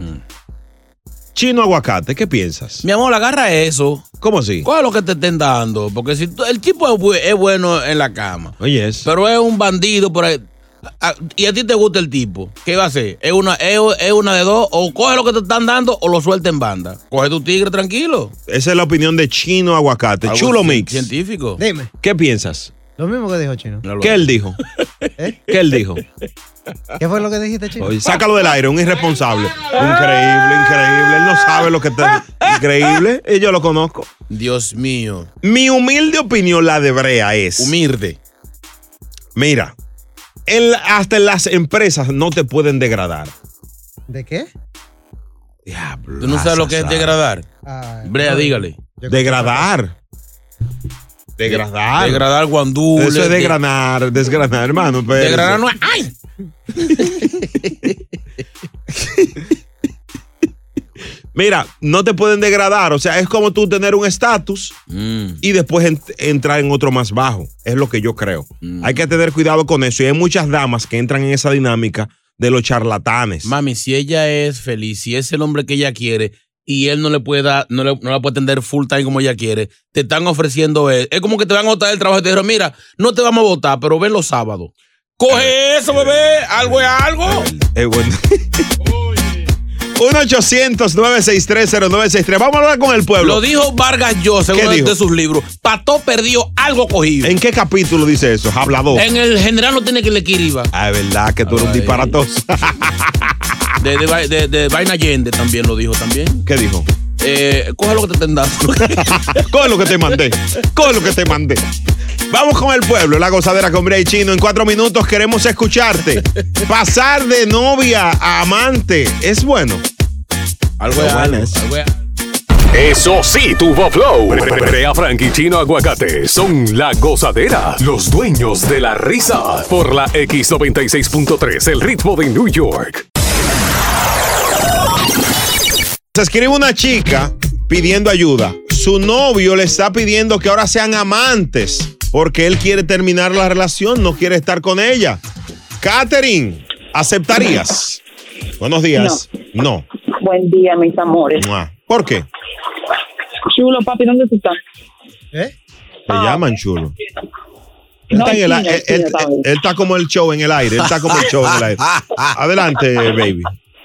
Speaker 6: Chino Aguacate, ¿qué piensas?
Speaker 7: Mi amor, agarra eso.
Speaker 6: ¿Cómo así?
Speaker 7: ¿Cuál es lo que te estén dando? Porque si el tipo es bueno en la cama.
Speaker 6: Oye,
Speaker 7: pero es un bandido por ahí. Y a ti te gusta el tipo. ¿Qué va a hacer? ¿Es una de dos? O coge lo que te están dando o lo suelta en banda. Coge tu tigre tranquilo.
Speaker 6: Esa es la opinión de Chino Aguacate. Chulo Mix.
Speaker 7: Científico.
Speaker 8: Dime.
Speaker 6: ¿Qué piensas?
Speaker 8: Lo mismo que dijo Chino.
Speaker 6: ¿Qué él dijo? ¿Qué él dijo?
Speaker 8: ¿Qué fue lo que dijiste, Chino?
Speaker 6: Oye, sácalo del aire, un irresponsable. Increíble. Él no sabe lo que está. Increíble. Y yo lo conozco.
Speaker 7: Dios mío.
Speaker 6: Mi humilde opinión, la de Brea, es.
Speaker 7: Humilde.
Speaker 6: Mira. Hasta en las empresas no te pueden degradar.
Speaker 8: ¿De qué?
Speaker 6: Diablo.
Speaker 7: ¿Tú no sabes lo que es degradar? Brea, dígale.
Speaker 6: Degradar.
Speaker 7: Degradar guandule.
Speaker 6: Eso es desgranar, hermano.
Speaker 7: Degradar no es. ¡Ay!
Speaker 6: Mira, no te pueden degradar. O sea, es como tú tener un estatus y después entrar en otro más bajo. Es lo que yo creo. Hay que tener cuidado con eso. Y hay muchas damas que entran en esa dinámica de los charlatanes.
Speaker 7: Mami, si ella es feliz, si es el hombre que ella quiere y él no le puede dar, no la puede atender full time como ella quiere, te están ofreciendo es como que te van a botar el trabajo y te dijeron, mira, no te vamos a votar, pero ven los sábados. Coge eso, bebé, algo es algo.
Speaker 6: Bueno. 1-800-963-0963. Vamos a hablar con el pueblo.
Speaker 7: Lo dijo Vargas Llosa en uno de sus libros. Pato perdió, algo cogido.
Speaker 6: ¿En qué capítulo dice eso? Hablador.
Speaker 7: En el general no tiene que le iba.
Speaker 6: Ah, es verdad que tú eres un disparatoso.
Speaker 7: De Vaina Allende también lo dijo también.
Speaker 6: ¿Qué dijo?
Speaker 7: Coge lo que te estén dando.
Speaker 6: Coge lo que te mandé. Coge lo que te mandé. Vamos con el pueblo, la gozadera con Brea y Chino. En 4 minutos queremos escucharte. Pasar de novia a amante es bueno.
Speaker 7: Algo es algo.
Speaker 5: Eso sí, tuvo flow. Brea Frank y Chino Aguacate son la gozadera, los dueños de la risa. Por la X96.3, el ritmo de New York.
Speaker 6: Se escribe una chica pidiendo ayuda. Su novio le está pidiendo que ahora sean amantes porque él quiere terminar la relación, no quiere estar con ella. Catherine, ¿aceptarías? Buenos días. No.
Speaker 15: Buen día, mis amores.
Speaker 6: ¿Por qué?
Speaker 15: Chulo, papi, ¿dónde tú estás?
Speaker 6: Te llaman chulo. Él está como el show en el aire. Él está como el show en el aire. Adelante, baby.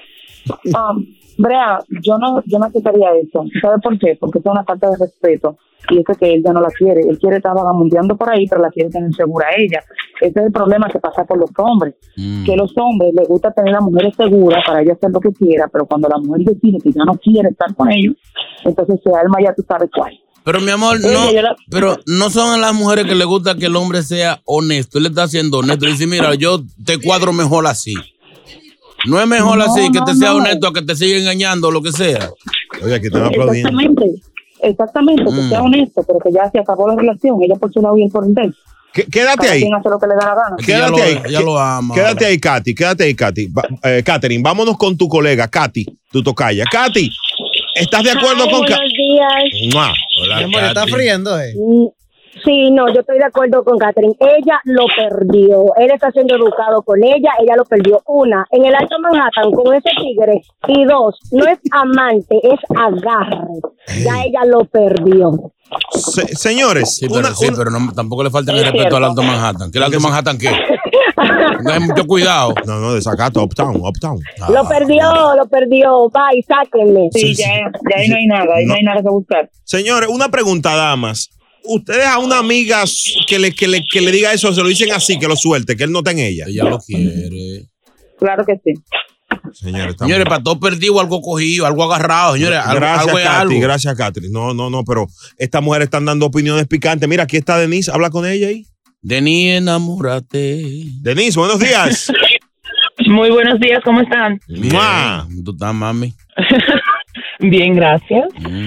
Speaker 15: Brea, yo no aceptaría eso. ¿Sabes por qué? Porque es una falta de respeto. Y eso que él ya no la quiere. Él quiere estar vagamundeando por ahí, pero la quiere tener segura a ella. Ese es el problema que pasa con los hombres. Que a los hombres les gusta tener a mujeres seguras para ella hacer lo que quiera, pero cuando la mujer decide que ya no quiere estar con ellos, entonces se alma, ya tú sabes cuál.
Speaker 7: Pero mi amor, pero no son a las mujeres que le gusta que el hombre sea honesto. Él está siendo honesto. Y dice, mira, yo te cuadro mejor así. No es mejor así que te sea honesto a que te siga engañando o lo que sea.
Speaker 6: Oye, aquí están aplaudiendo.
Speaker 15: Exactamente, que sea honesto, pero que ya se acabó la relación, ella por su lado y él por el de él.
Speaker 6: Quédate ahí.
Speaker 15: Quien hace lo que le da la gana.
Speaker 6: Quédate ahí.
Speaker 7: Ella lo ama.
Speaker 6: Quédate ahí, Katy. Catherine, vámonos con tu colega, Katy, tu tocaya. Katy, ¿estás de acuerdo con
Speaker 4: Buenos días.
Speaker 6: Hola,
Speaker 8: mi amor, está friendo,
Speaker 4: Sí, no, yo estoy de acuerdo con Catherine. Ella lo perdió. Él está siendo educado con ella lo perdió. 1, en el Alto Manhattan con ese tigre. Y 2, no es amante, es agarre. Ya ella lo perdió.
Speaker 6: Señores.
Speaker 7: Sí, pero tampoco le falta el respeto al Alto Manhattan. ¿Qué el Alto Manhattan qué? Tengan mucho cuidado.
Speaker 6: No, desacato, uptown.
Speaker 4: Lo perdió. Bye, sáquenme.
Speaker 15: Sí, ya ahí no hay nada, no hay nada que buscar.
Speaker 6: Señores, una pregunta, damas. Ustedes a una amiga que le diga eso, se lo dicen así, que lo suelte, que él no está en ella.
Speaker 7: Ella lo quiere.
Speaker 15: Claro que sí.
Speaker 7: Señores, para todo perdido, algo cogido, algo agarrado, señores.
Speaker 6: Gracias, Catherine. No, pero estas mujeres están dando opiniones picantes. Mira, aquí está Denise, habla con ella ahí.
Speaker 7: Denise, enamórate.
Speaker 6: Denise, buenos días.
Speaker 15: Muy buenos días, ¿cómo están?
Speaker 7: Bien. ¿Tú estás, mami?
Speaker 15: Bien, gracias.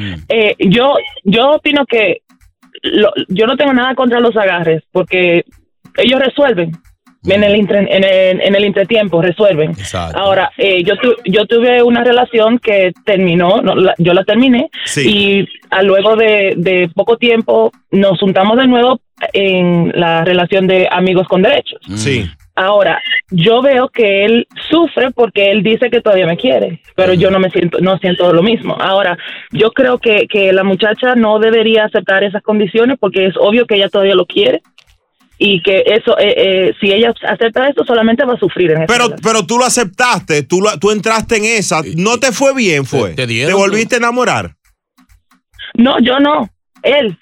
Speaker 15: Yo opino que yo no tengo nada contra los agarres, porque ellos resuelven. En el entretiempo resuelven.
Speaker 7: Exacto.
Speaker 15: Ahora, yo tuve una relación que terminó, yo la terminé, y luego de poco tiempo nos juntamos de nuevo en la relación de amigos con derechos.
Speaker 6: Sí.
Speaker 15: Ahora, yo veo que él sufre porque él dice que todavía me quiere, pero yo no siento lo mismo. Ahora, yo creo que la muchacha no debería aceptar esas condiciones porque es obvio que ella todavía lo quiere. Y que eso, si ella acepta eso, solamente va a sufrir en
Speaker 6: pero tú lo aceptaste, tú entraste en esa, no te fue bien, fue. ¿Te volviste a enamorar?
Speaker 15: No, yo no, él.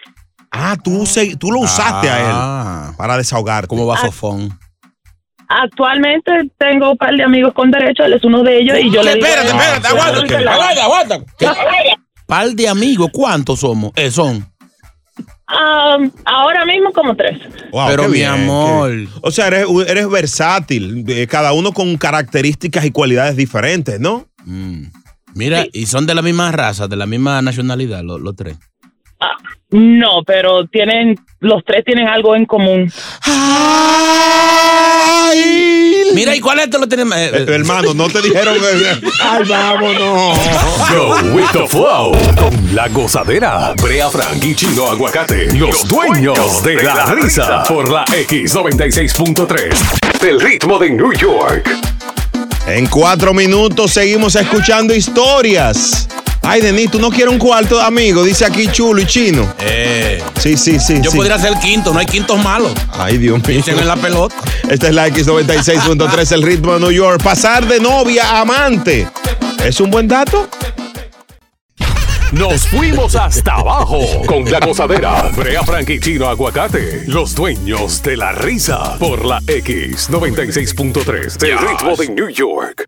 Speaker 6: Tú lo usaste a él para desahogarte.
Speaker 7: Como vasofón.
Speaker 15: Actualmente tengo un par de amigos con derecho, él es uno de ellos y yo le digo...
Speaker 7: Espérate, aguanta. ¿Par de amigos? ¿Cuántos somos? Son.
Speaker 15: Ahora mismo como 3.
Speaker 6: Wow,
Speaker 7: pero mi amor.
Speaker 6: O sea, eres versátil, cada uno con características y cualidades diferentes, ¿no?
Speaker 7: Mira, sí. Y son de la misma raza, de la misma nacionalidad, los 3.
Speaker 15: No, pero los 3 tienen algo en común.
Speaker 7: Mira, ¿y cuál es esto? Lo tenemos?
Speaker 6: Hermano, no te dijeron. Ay, vámonos.
Speaker 5: Go with the flow. Con la gozadera. Brea Frank y Chino Aguacate. Los dueños de la risa. Por la X96.3. Del ritmo de New York.
Speaker 6: En 4 minutos seguimos escuchando historias. Ay, Denis, ¿tú no quieres un cuarto, amigo? Dice aquí Chulo y Chino. Sí.
Speaker 7: Yo podría ser quinto, no hay quintos malos.
Speaker 6: Ay, Dios mío.
Speaker 7: Dicen en la pelota.
Speaker 6: Esta es la X96.3, el ritmo de New York. Pasar de novia a amante. ¿Es un buen dato?
Speaker 5: Nos fuimos hasta abajo con La Gozadera. Brea Frank y Chino Aguacate, los dueños de la risa. Por la X96.3, el ritmo de New York.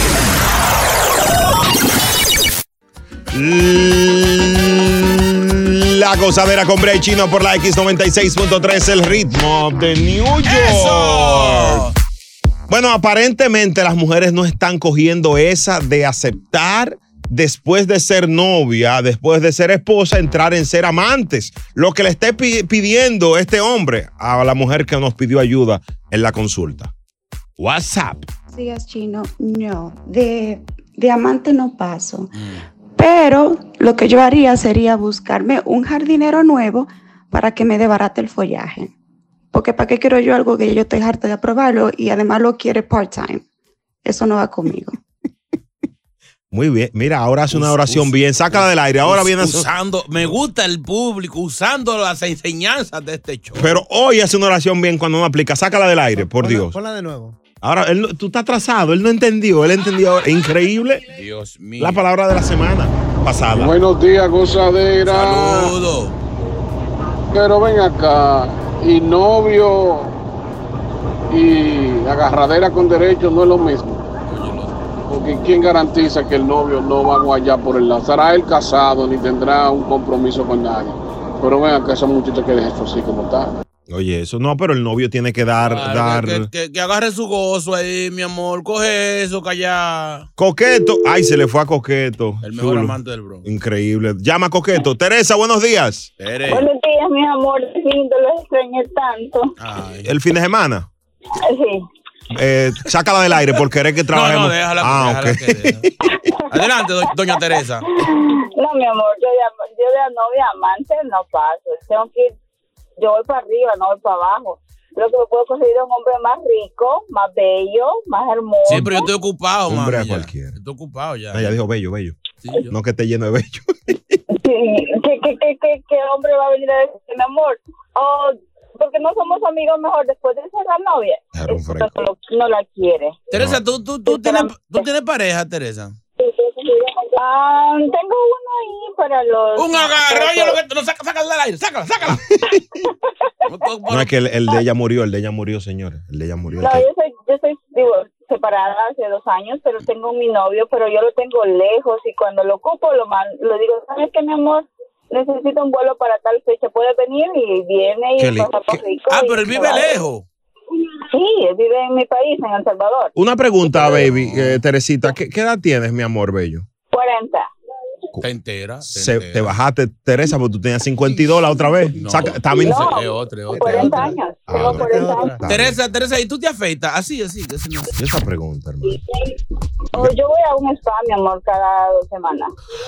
Speaker 6: La Gozadera con Brea y Chino por la X96.3, el ritmo de New York. ¡Eso! Bueno, aparentemente las mujeres no están cogiendo esa de aceptar después de ser novia, después de ser esposa, entrar en ser amantes. Lo que le esté pidiendo este hombre a la mujer que nos pidió ayuda en la consulta. WhatsApp.
Speaker 11: Sí, Chino, no. De amante no paso. Pero lo que yo haría sería buscarme un jardinero nuevo para que me desbarate el follaje. Porque ¿para qué quiero yo algo que yo estoy harta de aprobarlo y además lo quiere part-time? Eso no va conmigo.
Speaker 6: Muy bien. Mira, ahora hace una oración bien. Sácala del aire. Ahora viene
Speaker 7: usando. Me gusta el público usando las enseñanzas de este show.
Speaker 6: Pero hoy hace una oración bien cuando no aplica. Sácala del aire, por Dios.
Speaker 8: Ponla de nuevo.
Speaker 6: Ahora, tú estás atrasado. Él no entendió. Él entendió ahora. Increíble.
Speaker 7: Dios mío.
Speaker 6: La palabra de la semana pasada.
Speaker 16: Buenos días, gozadera.
Speaker 7: Saludos.
Speaker 16: Pero ven acá. Y novio y agarradera con derecho no es lo mismo. Porque ¿quién garantiza que el novio no va a guayar por el lado? Será él casado ni tendrá un compromiso con nadie. Pero ven acá, esa muchacha que deje esto así como está.
Speaker 6: Oye, eso no, pero el novio tiene que dar...
Speaker 7: Que agarre su gozo ahí, mi amor. Coge eso, calla.
Speaker 6: Coqueto. Ay, se le fue a Coqueto.
Speaker 7: El mejor amante del Bronx.
Speaker 6: Increíble. Llama a Coqueto. Teresa, buenos días.
Speaker 21: Buenos días, mi amor. Lindo, lo extrañé tanto.
Speaker 6: Ay. ¿El fin de semana?
Speaker 21: Sí.
Speaker 6: Sácala del aire por querer que trabajemos.
Speaker 7: No, déjala.
Speaker 6: Okay.
Speaker 7: Adelante, doña Teresa.
Speaker 21: No, mi amor, yo de novia amante no paso. Tengo que ir, yo voy para arriba, no voy para abajo. Lo que me puedo conseguir es un hombre más rico, más bello, más hermoso.
Speaker 7: Sí, pero yo estoy ocupado,
Speaker 6: hombre
Speaker 7: mami.
Speaker 6: A cualquiera.
Speaker 7: Estoy ocupado ya.
Speaker 6: No, ya dijo bello.
Speaker 7: Sí,
Speaker 6: no que esté lleno de bello.
Speaker 21: Sí, ¿qué hombre va a venir a decir, mi amor? Porque no somos amigos mejor después de ser la novia. No la quiere.
Speaker 7: Teresa, ¿tú tienes pareja, Teresa?
Speaker 21: Tengo uno ahí para los...
Speaker 7: Un agarro, oye, lo que no sácala del aire, sácala.
Speaker 6: No, es que el de ella murió, señores. El de ella murió.
Speaker 21: No, yo soy separada hace 2 años, pero tengo mi novio, pero yo lo tengo lejos y cuando lo ocupo lo digo, ¿sabes qué, mi amor? Necesito un vuelo para tal fecha, ¿puede venir? Y viene y pasa por Rico.
Speaker 7: Pero él vive lejos.
Speaker 21: Sí, él vive en mi país, en El Salvador.
Speaker 6: Una pregunta, baby, Teresita, ¿qué edad tienes, mi amor bello?
Speaker 21: 40.
Speaker 7: ¿Te entera?
Speaker 6: Te bajaste, Teresa, porque tú tenías 52 la otra vez.
Speaker 7: No,
Speaker 6: también...
Speaker 21: otra. 40 años. Tengo 40 años.
Speaker 7: Teresa, ¿y tú te afeitas? Así.
Speaker 6: Esa pregunta, hermano.
Speaker 21: Yo voy a un spa, mi amor, cada 2 semanas.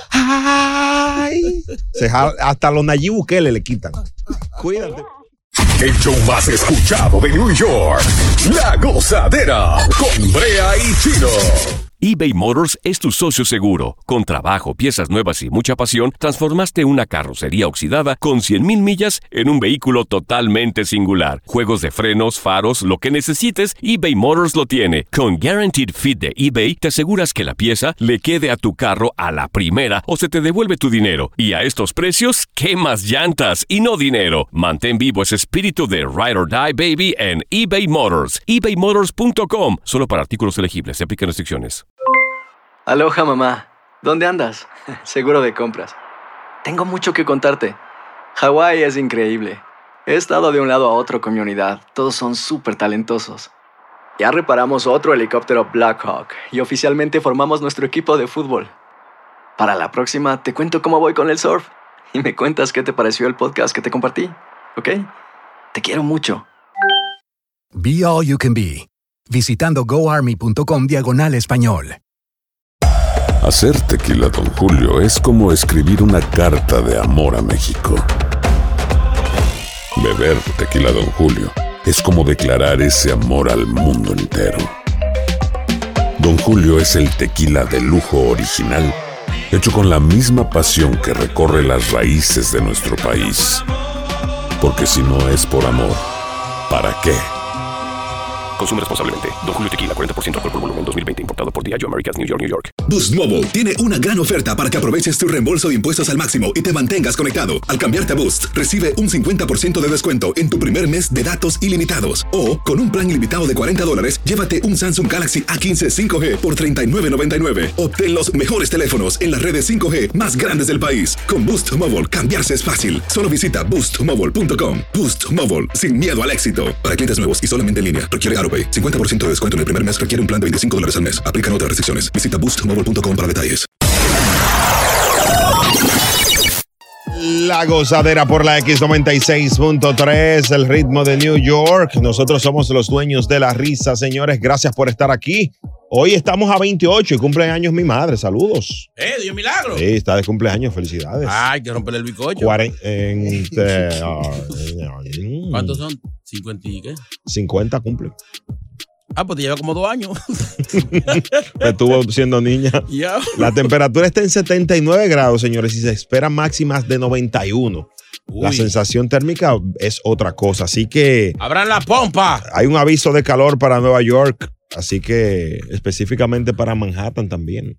Speaker 6: Ay. Hasta los Nayib Bukele le quitan. Cuídate.
Speaker 5: El show más escuchado de New York. La Gozadera con Brea y Chino.
Speaker 1: eBay Motors es tu socio seguro. Con trabajo, piezas nuevas y mucha pasión, transformaste una carrocería oxidada con 100,000 millas en un vehículo totalmente singular. Juegos de frenos, faros, lo que necesites, eBay Motors lo tiene. Con Guaranteed Fit de eBay, te aseguras que la pieza le quede a tu carro a la primera o se te devuelve tu dinero. Y a estos precios, ¿qué más llantas y no dinero? Mantén vivo ese espíritu de Ride or Die, baby, en eBay Motors. ebaymotors.com. Solo para artículos elegibles. Se aplican restricciones.
Speaker 18: Aloha, mamá. ¿Dónde andas? Seguro de compras. Tengo mucho que contarte. Hawái es increíble. He estado de un lado a otro con mi unidad. Todos son súper talentosos. Ya reparamos otro helicóptero Blackhawk y oficialmente formamos nuestro equipo de fútbol. Para la próxima te cuento cómo voy con el surf y me cuentas qué te pareció el podcast que te compartí, ¿ok? Te quiero mucho.
Speaker 19: Be All You Can Be. Visitando goarmy.com/español.
Speaker 2: Hacer tequila Don Julio es como escribir una carta de amor a México. Beber tequila Don Julio es como declarar ese amor al mundo entero. Don Julio es el tequila de lujo original, hecho con la misma pasión que recorre las raíces de nuestro país. Porque si no es por amor, ¿para qué?
Speaker 1: Consume responsablemente. Don Julio Tequila, 40% alcohol por volumen, 2020. Importado por Diageo Americas, New York, New York.
Speaker 20: Boost Mobile tiene una gran oferta para que aproveches tu reembolso de impuestos al máximo y te mantengas conectado. Al cambiarte a Boost, recibe un 50% de descuento en tu primer mes de datos ilimitados. O, con un plan ilimitado de $40, llévate un Samsung Galaxy A15 5G por $39.99. Obtén los mejores teléfonos en las redes 5G más grandes del país. Con Boost Mobile, cambiarse es fácil. Solo visita boostmobile.com. Boost Mobile, sin miedo al éxito. Para clientes nuevos y solamente en línea, requiere AroPay. 50% de descuento en el primer mes requiere un plan de $25 al mes. Aplican otras restricciones. Visita boostmobile.com para detalles.
Speaker 6: La gozadera por la X96.3, el ritmo de New York. Nosotros somos los dueños de la risa, señores. Gracias por estar aquí. Hoy estamos a 28 y cumpleaños mi madre. Saludos.
Speaker 7: Dios milagro.
Speaker 6: Sí, está de cumpleaños. Felicidades.
Speaker 7: Ay, que romperle el bizcocho. ¿Cuántos son? ¿50 y qué?
Speaker 6: 50 cumple.
Speaker 7: Pues te lleva como 2 años.
Speaker 6: Estuvo siendo niña.
Speaker 7: Ya.
Speaker 6: La temperatura está en 79 grados, señores, y se esperan máximas de 91. La sensación térmica es otra cosa, así que...
Speaker 7: ¡Abran la pompa!
Speaker 6: Hay un aviso de calor para Nueva York, así que específicamente para Manhattan también.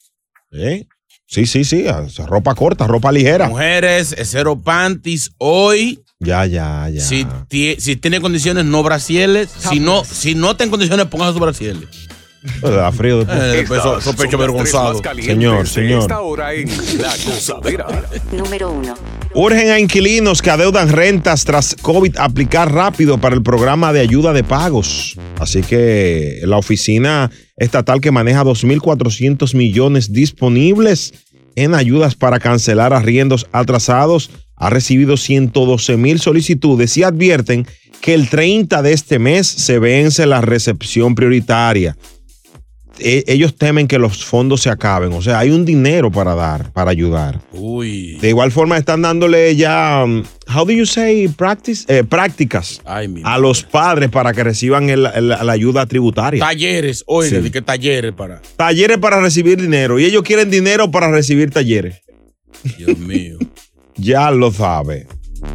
Speaker 6: Sí. Ropa corta, ropa ligera.
Speaker 7: Mujeres, cero panties hoy.
Speaker 6: Ya.
Speaker 7: Si tiene condiciones, no brasieles. Si no está en condiciones, póngase su brasieles.
Speaker 6: Da frío
Speaker 7: después. Sospecho vergonzado.
Speaker 6: Señor.
Speaker 5: Esta hora en La Gozadera.
Speaker 12: Número 1.
Speaker 6: Urgen a inquilinos que adeudan rentas tras COVID aplicar rápido para el programa de ayuda de pagos. Así que la oficina estatal que maneja 2.400 millones disponibles en ayudas para cancelar arriendos atrasados ha recibido 112,000 solicitudes y advierten que el 30 de este mes se vence la recepción prioritaria. Ellos temen que los fondos se acaben. O sea, hay un dinero para dar, para ayudar. De igual forma están dándole ya, how do you say, prácticas a los padres para que reciban la ayuda tributaria.
Speaker 7: Talleres, ¿qué talleres para?
Speaker 6: Talleres para recibir dinero. Y ellos quieren dinero para recibir talleres.
Speaker 7: Dios mío.
Speaker 6: Ya lo sabe.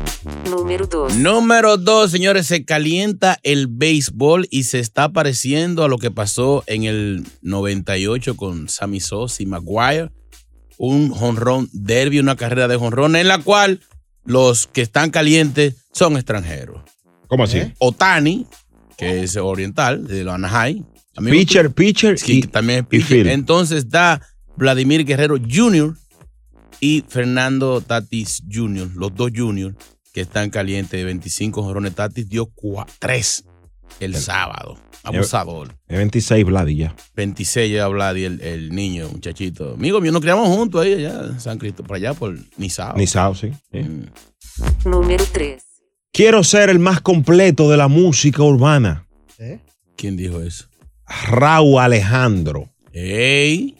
Speaker 12: Número
Speaker 7: 2, señores, se calienta el béisbol y se está pareciendo a lo que pasó en el 98 con Sammy Sosa y Maguire. Un jonrón derby, una carrera de jonrón en la cual los que están calientes son extranjeros.
Speaker 6: ¿Cómo así?
Speaker 7: Otani, que es oriental, de los Anaheim.
Speaker 6: Pitcher
Speaker 7: sí, también es pitcher. Entonces está Vladimir Guerrero Jr. y Fernando Tatis Jr., los dos Jr., que están calientes de 25 jonrones. Tatis dio 3 el sábado. Abusador.
Speaker 6: Es 26 Vladi ya.
Speaker 7: 26 ya Vladi, el niño, muchachito. Amigo mío, nos criamos juntos ahí allá en San Cristo, por allá por Nizao.
Speaker 6: Nizao, sí.
Speaker 12: Número 3.
Speaker 6: Quiero ser el más completo de la música urbana.
Speaker 7: ¿Quién dijo eso?
Speaker 6: Rauw Alejandro.
Speaker 7: ¿Qué?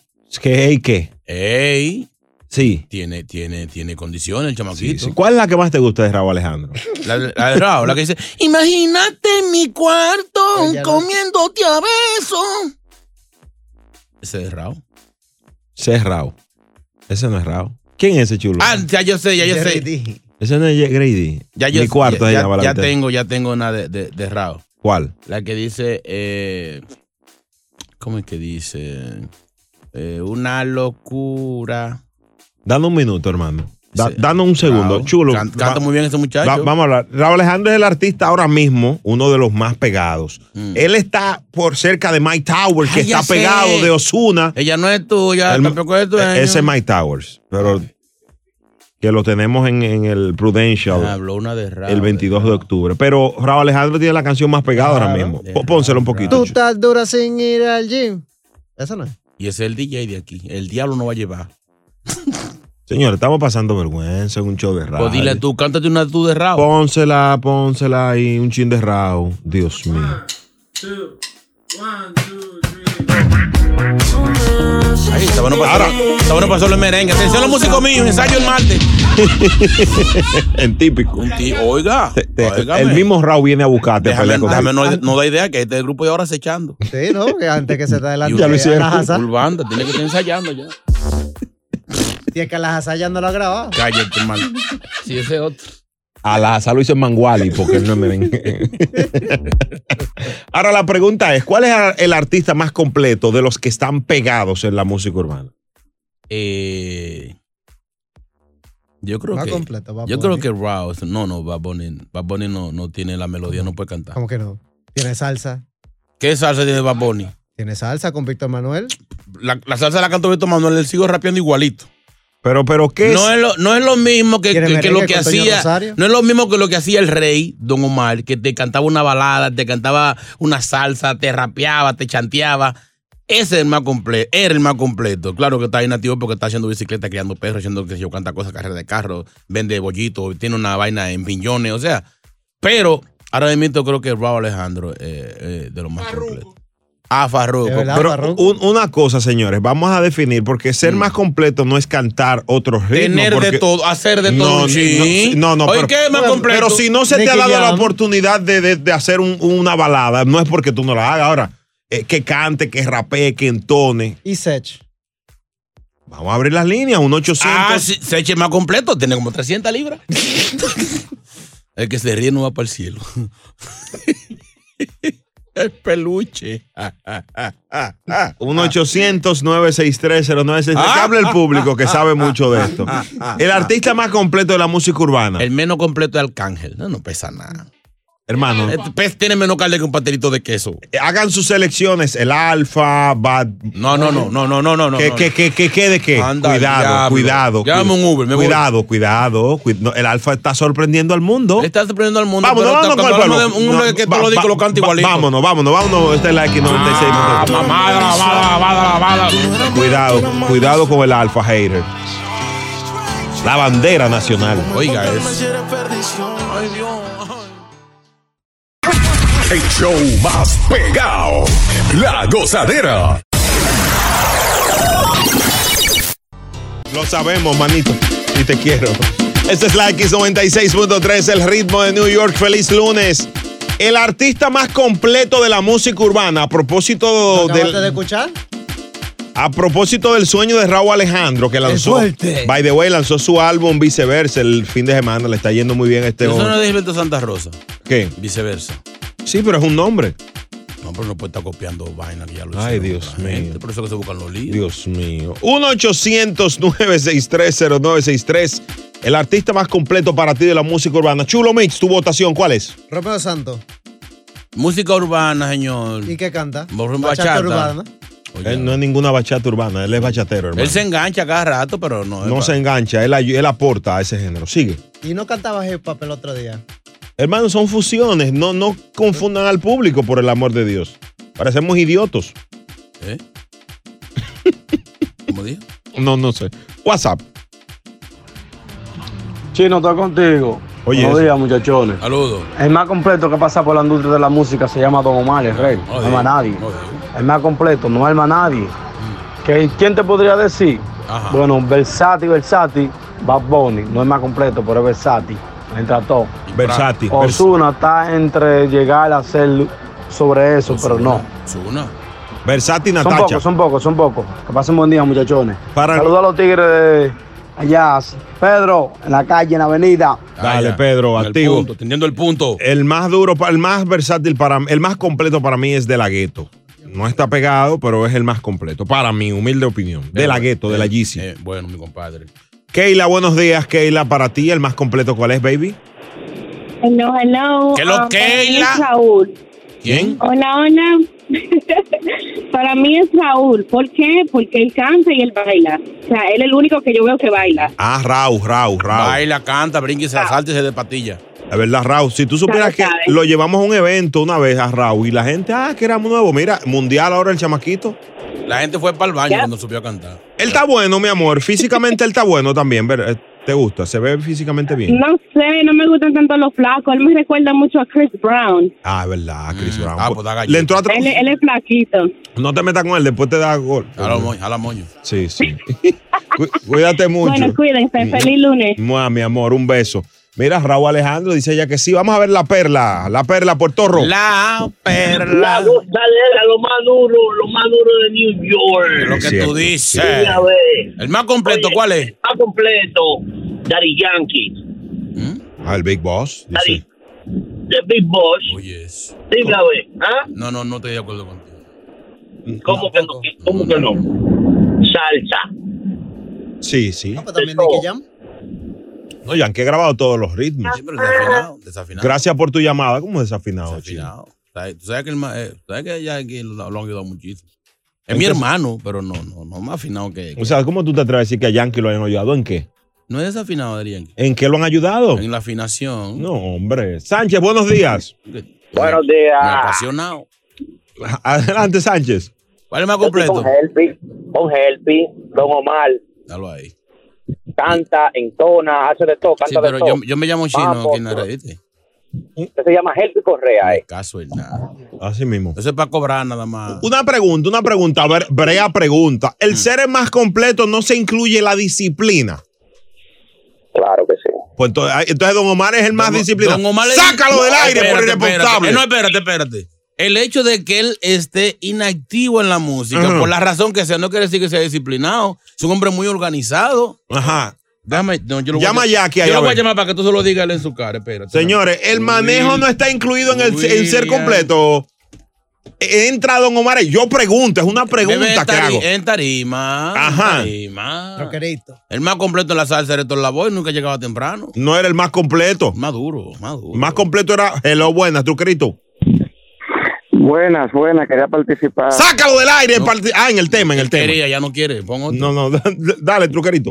Speaker 6: Sí.
Speaker 7: Tiene condiciones el chamaquito.
Speaker 6: Sí. ¿Cuál es la que más te gusta de Rauw Alejandro?
Speaker 7: La de Rauw, la que dice, imagínate en mi cuarto comiéndote a beso. ¿Ese es Rauw?
Speaker 6: Ese es Rauw. Ese no es Rauw. ¿Quién es ese chulo?
Speaker 7: Ya yo sé.
Speaker 6: Ese no es Grady. Mi cuarto se llama
Speaker 7: ya tengo una de Rauw.
Speaker 6: ¿Cuál?
Speaker 7: La que dice, ¿cómo es que dice? Una locura.
Speaker 6: Dame un minuto, hermano. Danos un segundo.
Speaker 7: Rauw.
Speaker 6: Chulo.
Speaker 7: Canta muy bien ese muchacho.
Speaker 6: Vamos a hablar. Rauw Alejandro es el artista ahora mismo, uno de los más pegados. Él está por cerca de Mike Towers, que está pegado de Ozuna.
Speaker 7: Ella no es tuya, tampoco es tuya.
Speaker 6: Ese es Mike Towers, pero que lo tenemos en el Prudential.
Speaker 7: Habló una de Rauw,
Speaker 6: el 22 de octubre. Pero Rauw Alejandro tiene la canción más pegada ahora mismo. Pónselo un poquito.
Speaker 8: Tú estás dura sin ir al gym. Esa no es.
Speaker 7: Y ese es el DJ de aquí. El diablo no va a llevar.
Speaker 6: Señor, estamos pasando vergüenza en un show de Rauw.
Speaker 7: Pues dile tú, cántate una tú de Rauw.
Speaker 6: Pónsela ahí, un chin de Rauw. Dios mío.
Speaker 7: 1, 2, 3. Ahí estaba Está bueno para hacerlo en merengue. Atención los músicos míos, ensayo el martes.
Speaker 6: En típico.
Speaker 7: Oiga.
Speaker 6: El mismo Raúl viene a buscarte.
Speaker 7: No da idea que este grupo ya ahora se echando.
Speaker 8: Sí, ¿no? Que antes que se te adelante.
Speaker 6: Ya lo hicieron.
Speaker 7: Full banda, tiene que estar ensayando ya.
Speaker 8: Si es que la Hazá ya no lo ha grabado.
Speaker 7: Cállate, hermano. Sí, ese otro.
Speaker 6: A la Hazá lo hizo en Manguali porque él no es merengue. Ahora la pregunta es, ¿cuál es el artista más completo de los que están pegados en la música urbana?
Speaker 7: Yo creo
Speaker 8: Más
Speaker 7: que
Speaker 8: completo, Bad
Speaker 7: yo
Speaker 8: Bunny.
Speaker 7: creo que Rouse. No, Bad Bunny no tiene la melodía, no puede cantar.
Speaker 8: ¿Cómo que no? Tiene salsa.
Speaker 7: ¿Qué salsa tiene Bad Bunny?
Speaker 8: Tiene salsa con Víctor Manuel.
Speaker 7: La salsa la cantó Víctor Manuel, él sigo rapeando igualito.
Speaker 6: Pero ¿qué
Speaker 7: no es lo mismo que lo que hacía.
Speaker 8: Rosario?
Speaker 7: No es lo mismo que lo que hacía el rey, Don Omar, que te cantaba una balada, te cantaba una salsa, te rapeaba, te chanteaba. Ese es el más completo, era el más completo. Claro que está inactivo porque está haciendo bicicleta, criando perros, haciendo que yo canta cosas, carrera de carro, vende bollitos, tiene una vaina en piñones, o sea. Pero ahora mismo creo que Raúl Alejandro de lo más completo. Farruko.
Speaker 6: Pero una cosa, señores, vamos a definir, porque ser más completo no es cantar otros ritmos.
Speaker 7: Tener de todo, hacer de todo.
Speaker 6: No,
Speaker 7: Oye, ¿qué es más completo?
Speaker 6: Pero si no se te ha dado la oportunidad de hacer una balada, no es porque tú no la hagas. Ahora, que cante, que rapee, que entone.
Speaker 8: Y Sech.
Speaker 6: Vamos a abrir las líneas, 1-800.
Speaker 7: Sí, Sech es más completo, tiene como 300 libras. El que se ríe no va para el cielo. El peluche.
Speaker 6: 1-800-963-0963. Que hable el público que sabe mucho de esto. El artista más completo de la música urbana.
Speaker 7: El menos completo es Arcángel. No pesa nada.
Speaker 6: Hermano.
Speaker 7: Tiene menos carne que un pastelito de queso.
Speaker 6: Hagan sus selecciones. El Alfa, Bad.
Speaker 7: No.
Speaker 6: ¿Qué de qué?
Speaker 7: Anda,
Speaker 6: cuidado.
Speaker 7: Llámame un Uber.
Speaker 6: Cuidado. No, el Alfa está sorprendiendo al mundo.
Speaker 7: Está sorprendiendo al mundo.
Speaker 6: Vámonos
Speaker 7: con el pueblo. Un hombre que todo lo dice lo canta igualito.
Speaker 6: Vámonos. Esta es la X96.
Speaker 7: Mamada.
Speaker 6: Cuidado con el Alfa hater. La bandera nacional.
Speaker 7: Oiga eso.
Speaker 5: Ay, Dios. El show más pegado. La Gozadera.
Speaker 6: Lo sabemos, manito. Y te quiero. Esta es la X96.3, el ritmo de New York. Feliz lunes. El artista más completo de la música urbana. A propósito
Speaker 8: de escuchar?
Speaker 6: A propósito del sueño de Raúl Alejandro, que lanzó. By the way, lanzó su álbum Viceversa el fin de semana. Le está yendo muy bien a este
Speaker 7: hombre.
Speaker 6: hombre.
Speaker 7: ¿Eso no es de Gilberto Santa Rosa?
Speaker 6: ¿Qué?
Speaker 7: Viceversa.
Speaker 6: Sí, pero es un nombre.
Speaker 7: No, pero no puede estar copiando vaina que ya lo
Speaker 6: Ay, Dios mío.
Speaker 7: Por eso que se buscan los líos.
Speaker 6: Dios mío. 1-800-963-0963. El artista más completo para ti de la música urbana. Chulo Mix, tu votación, ¿cuál es?
Speaker 8: Romeo Santos.
Speaker 7: Música urbana, señor.
Speaker 8: ¿Y qué canta?
Speaker 7: Bachata
Speaker 8: urbana.
Speaker 6: Oye, él no es ninguna bachata urbana, él es bachatero, hermano.
Speaker 7: Él se engancha cada rato, pero no.
Speaker 6: No se engancha, él aporta a ese género. Sigue.
Speaker 8: ¿Y no cantaba hip hop el otro día?
Speaker 6: Hermano, son fusiones. No confundan al público, por el amor de Dios. Parecemos idiotos.
Speaker 7: ¿Cómo dijo?
Speaker 6: No sé. WhatsApp.
Speaker 14: Chino, estoy contigo.
Speaker 6: Oye,
Speaker 14: buenos días, muchachones.
Speaker 7: Saludos.
Speaker 14: El más completo que pasa por la industria de la música se llama Don Omar, el rey. No hay más nadie. El más completo, no hay más nadie. ¿Quién te podría decir?
Speaker 7: Ajá.
Speaker 14: Bueno, versátil, Bad Bunny. No es más completo, pero es versátil. Entra todo.
Speaker 6: Versátil.
Speaker 14: Ozuna está entre llegar a hacer sobre eso, pero no.
Speaker 7: Ozuna.
Speaker 6: Versátil, Natacha.
Speaker 14: Son pocos. Que pasen buen día, muchachones. Saludos a los tigres de allá. Pedro, en la calle, en la avenida.
Speaker 6: Dale, Pedro, activo.
Speaker 7: Teniendo el punto.
Speaker 6: El más duro, el más versátil el más completo para mí es De La Ghetto. No está pegado, pero es el más completo. Para mi humilde opinión. De La Ghetto, de la Yeezy.
Speaker 7: Bueno, mi compadre.
Speaker 6: Keila, buenos días, Keila. Para ti, el más completo, ¿cuál es, baby?
Speaker 22: Hello.
Speaker 7: ¿Qué lo Keila?
Speaker 22: Raúl.
Speaker 7: ¿Quién?
Speaker 22: Hola. Para mí es Raúl. ¿Por qué? Porque él canta y él baila. O sea, él es el único que yo veo que baila.
Speaker 6: Ah, Raúl.
Speaker 7: Baila, canta, brinca y se asalta y se de patilla.
Speaker 6: La verdad, Raúl, si tú supieras que lo llevamos a un evento una vez a Raúl y la gente, que era nuevo. Mira, mundial ahora el chamaquito.
Speaker 7: La gente fue para el baño cuando subió a cantar.
Speaker 6: Él está bueno, mi amor. Físicamente él está bueno también. ¿Te gusta? ¿Se ve físicamente bien?
Speaker 22: No sé, no me gustan tanto los flacos. Él me recuerda mucho a Chris Brown.
Speaker 6: Ah, es verdad, Chris Brown.
Speaker 7: Ah, pues da
Speaker 6: Le entró a
Speaker 22: Él es flaquito.
Speaker 6: No te metas con él, después te da gol.
Speaker 7: A la moño.
Speaker 6: Sí. Cuídate mucho.
Speaker 22: Bueno, cuídense. Feliz lunes.
Speaker 6: Mua, mi amor, un beso. Mira, Raúl Alejandro dice ella que sí. Vamos a ver la perla Puerto
Speaker 7: La perla.
Speaker 9: La gozadera, lo más duro de New York.
Speaker 7: Lo que tú dices.
Speaker 9: Sí, a ver.
Speaker 7: El más completo,
Speaker 9: Oye,
Speaker 7: ¿cuál es?
Speaker 9: El más completo, Daddy Yankee.
Speaker 6: El Big Boss. Dice.
Speaker 9: The Big Boss.
Speaker 7: Oye.
Speaker 9: Dime a ver. ¿Ah?
Speaker 7: No estoy de acuerdo contigo.
Speaker 9: ¿Cómo que no? ¿Cómo que no? Salsa.
Speaker 6: Sí.
Speaker 8: También Nicky Jam.
Speaker 6: No, Yankee ha grabado todos los ritmos.
Speaker 7: Sí, pero desafinado.
Speaker 6: Gracias por tu llamada. ¿Cómo desafinado?
Speaker 7: Desafinado. Tú sabes que Yankee lo han ayudado muchísimo. Es mi hermano, pero no más afinado que...
Speaker 6: O sea, ¿cómo tú te atreves a decir que a Yankee lo hayan ayudado? ¿En qué?
Speaker 7: No es desafinado de Yankee.
Speaker 6: ¿En qué lo han ayudado?
Speaker 7: En la afinación.
Speaker 6: No, hombre. Sánchez, buenos días.
Speaker 9: Buenos días.
Speaker 7: Me ha apasionado.
Speaker 6: Adelante, Sánchez.
Speaker 7: ¿Cuál es más completo?
Speaker 9: Con Helpi, Don Omar.
Speaker 7: Dalo ahí.
Speaker 9: Canta, entona, hace de todo,
Speaker 7: Sí,
Speaker 9: canta de
Speaker 7: pero
Speaker 9: todo.
Speaker 7: yo me llamo Chino aquí en la red.
Speaker 9: Usted se llama Helpi Correa,
Speaker 7: Caso es nada.
Speaker 6: Así mismo.
Speaker 7: Eso es para cobrar nada más.
Speaker 6: Una pregunta. A ver, Brea pregunta. ¿El ser el más completo no se incluye la disciplina?
Speaker 9: Claro que sí.
Speaker 6: Pues entonces Don Omar es el más disciplinado.
Speaker 7: Don Omar
Speaker 6: ¡Sácalo del aire por irresponsable!
Speaker 7: Espérate. El hecho de que él esté inactivo en la música, por la razón que sea, no quiere decir que sea disciplinado. Es un hombre muy organizado.
Speaker 6: Ajá.
Speaker 7: Llama
Speaker 6: a Jackie ahí.
Speaker 7: Yo lo voy a llamar para que tú se lo digas a él en su cara. Espérate.
Speaker 6: Señores, el manejo no está incluido en ser completo. Entra Don Omar. Yo pregunto, es una pregunta que hago.
Speaker 7: En tarima.
Speaker 6: Ajá.
Speaker 8: Roquerito.
Speaker 7: El más completo en la salsa era Héctor Lavoe, nunca llegaba temprano.
Speaker 6: No era el más completo.
Speaker 7: Más duro.
Speaker 6: Más completo era Hello, buenas, Truquerito.
Speaker 17: Buenas, quería participar.
Speaker 6: ¡Sácalo del aire! En el tema.
Speaker 7: Ya no quiere, pon otro.
Speaker 6: No, dale, Truquerito.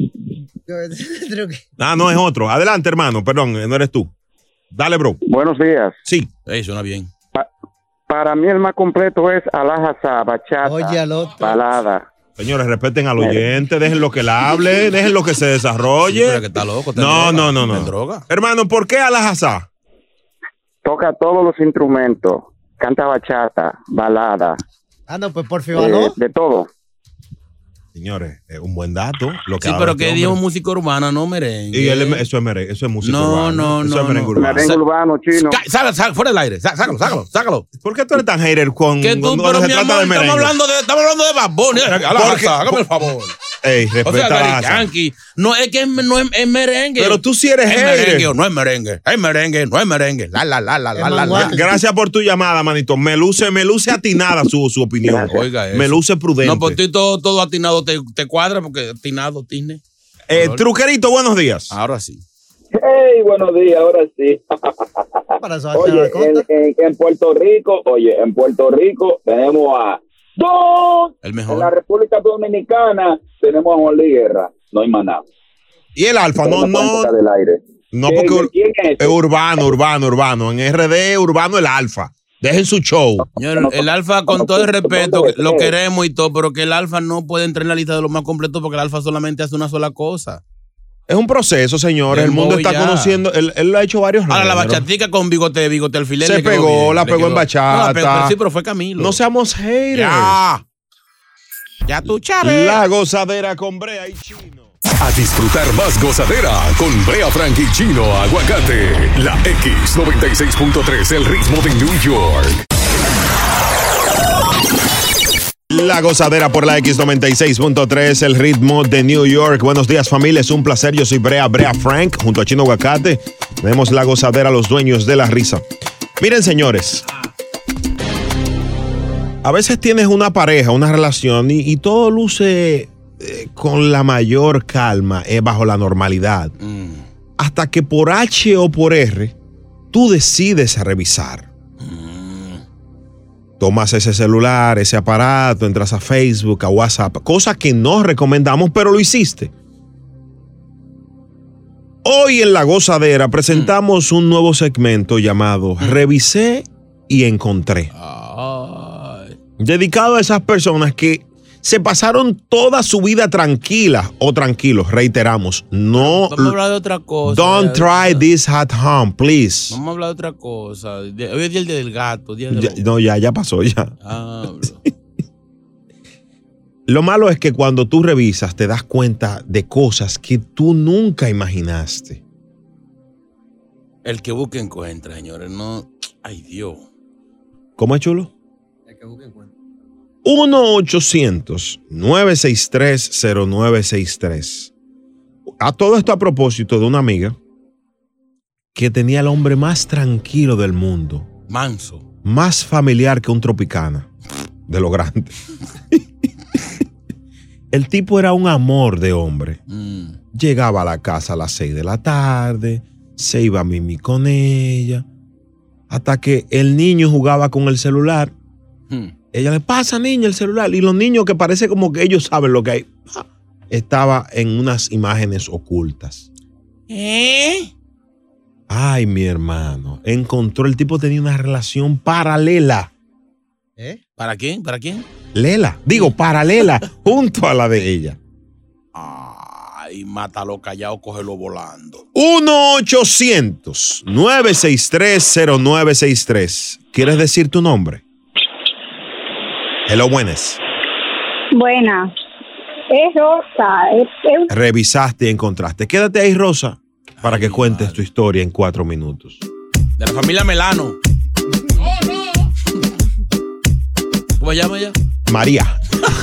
Speaker 6: No es otro. Adelante, hermano, perdón, no eres tú. Dale, bro.
Speaker 17: Buenos días.
Speaker 6: Sí.
Speaker 7: Suena bien.
Speaker 17: Para mí el más completo es Alajazá, bachata, balada.
Speaker 6: Señores, respeten al oyente, déjenlo que él hable, déjenlo que se desarrolle.
Speaker 7: Sí, pero que está loco.
Speaker 6: No.
Speaker 7: Droga.
Speaker 6: Hermano, ¿por qué Alajazá?
Speaker 17: Toca todos los instrumentos, canta bachata, balada.
Speaker 8: Pues por fin, ¿no?
Speaker 17: De todo.
Speaker 6: Señores, es un buen dato.
Speaker 7: Sí, pero que dijo música urbana, no merengue.
Speaker 6: Y eso es merengue, eso es música urbana.
Speaker 7: No.
Speaker 6: Eso es merengue urbano.
Speaker 17: Merengue urbano, chino.
Speaker 7: Sácalo, fuera del aire. Sácalo.
Speaker 6: ¿Por qué tú eres tan hater cuando se trata de merengue?
Speaker 7: Estamos hablando de Bad Bunny. Hágame el favor.
Speaker 6: Ey, respeta
Speaker 7: Daddy Yankee. No, es que no es merengue.
Speaker 6: Pero tú sí eres hater.
Speaker 7: No es merengue. Es merengue, no es merengue. La.
Speaker 6: Gracias por tu llamada, manito. Me luce atinada su opinión.
Speaker 7: Oiga eso.
Speaker 6: Me luce prudente.
Speaker 7: No, por ti todo atinado te cuadra porque atinado, tine.
Speaker 6: Truquerito, buenos días.
Speaker 7: Ahora sí.
Speaker 9: Hey, buenos días, ahora sí. Oye, en Puerto Rico tenemos a Don.
Speaker 7: El mejor.
Speaker 9: En la República Dominicana tenemos a Juan Luis Guerra. No hay más nada.
Speaker 6: Y el Alfa, no. No, porque es urbano. En RD, urbano, el Alfa. Dejen su show.
Speaker 7: Señor, el Alfa, con todo el respeto, lo queremos y todo, pero que el Alfa no puede entrar en la lista de los más completos porque el Alfa solamente hace una sola cosa.
Speaker 6: Es un proceso, señores. El mundo está conociendo. Él lo ha hecho varios años.
Speaker 7: Ahora, la bachatica con bigote alfiler.
Speaker 6: Se pegó, la pegó en bachata.
Speaker 7: Sí, pero fue Camilo.
Speaker 6: No seamos haters.
Speaker 7: Ya tú, Chávez.
Speaker 6: La gozadera con Brea y Chino.
Speaker 5: A disfrutar más gozadera con Brea Frank y Chino Aguacate. La X96.3, el ritmo de New York.
Speaker 6: La gozadera por la X96.3, el ritmo de New York. Buenos días, familia. Es un placer. Yo soy Brea Frank, junto a Chino Aguacate. Tenemos la gozadera, los dueños de la risa. Miren, señores. A veces tienes una pareja, una relación y todo luce con la mayor calma, bajo la normalidad. Hasta que por H o por R, tú decides revisar. Tomas ese celular, ese aparato, entras a Facebook, a WhatsApp, cosa que no recomendamos, pero lo hiciste. Hoy en La Gozadera presentamos un nuevo segmento llamado Revisé y Encontré. Dedicado a esas personas que se pasaron toda su vida tranquila o tranquilos, reiteramos. No.
Speaker 7: Vamos a hablar de otra cosa.
Speaker 6: Don't try this at home, please.
Speaker 7: Vamos a hablar de otra cosa. Hoy es el día del gato.
Speaker 6: Ya pasó, ya.
Speaker 7: Ah,
Speaker 6: Lo malo es que cuando tú revisas te das cuenta de cosas que tú nunca imaginaste.
Speaker 7: El que busca encuentra, señores. No. Ay, Dios.
Speaker 6: ¿Cómo es, chulo?
Speaker 8: El que busca encuentra.
Speaker 6: 1-800-963-0963. A todo esto a propósito de una amiga que tenía el hombre más tranquilo del mundo.
Speaker 7: Manso.
Speaker 6: Más familiar que un Tropicana. De lo grande. El tipo era un amor de hombre. Llegaba a la casa a las 6 de la tarde, se iba a mimir con ella, hasta que el niño jugaba con el celular. Ella le pasa, niño, el celular. Y los niños, que parece como que ellos saben lo que hay, estaba en unas imágenes ocultas. Ay, mi hermano. Encontró, el tipo tenía una relación paralela.
Speaker 7: ¿Para quién? ¿Para quién?
Speaker 6: Paralela, junto a la de ella.
Speaker 7: Ay, mátalo callado, cógelo volando.
Speaker 6: 1-800-963-0963. ¿Quieres decir tu nombre? Hello, buenas.
Speaker 4: Buenas. Es Rosa.
Speaker 6: Revisaste y encontraste. Quédate ahí, Rosa, para que cuentes tu historia en 4 minutos.
Speaker 7: De la familia Melano. ¿Cómo se llama ella?
Speaker 6: María.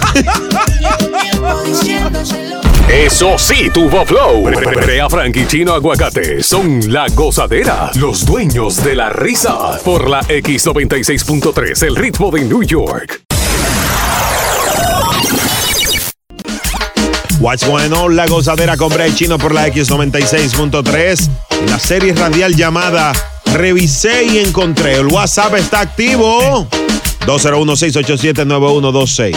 Speaker 5: Eso sí, tuvo flow. Brea Frank y Chino Aguacate son la gozadera, los dueños de la risa. Por la X96.3, el ritmo de New York.
Speaker 6: What's going on? La gozadera con Brea y Chino por la X96.3. La serie radial llamada Revisé y Encontré. El WhatsApp está activo. 201-687-9126.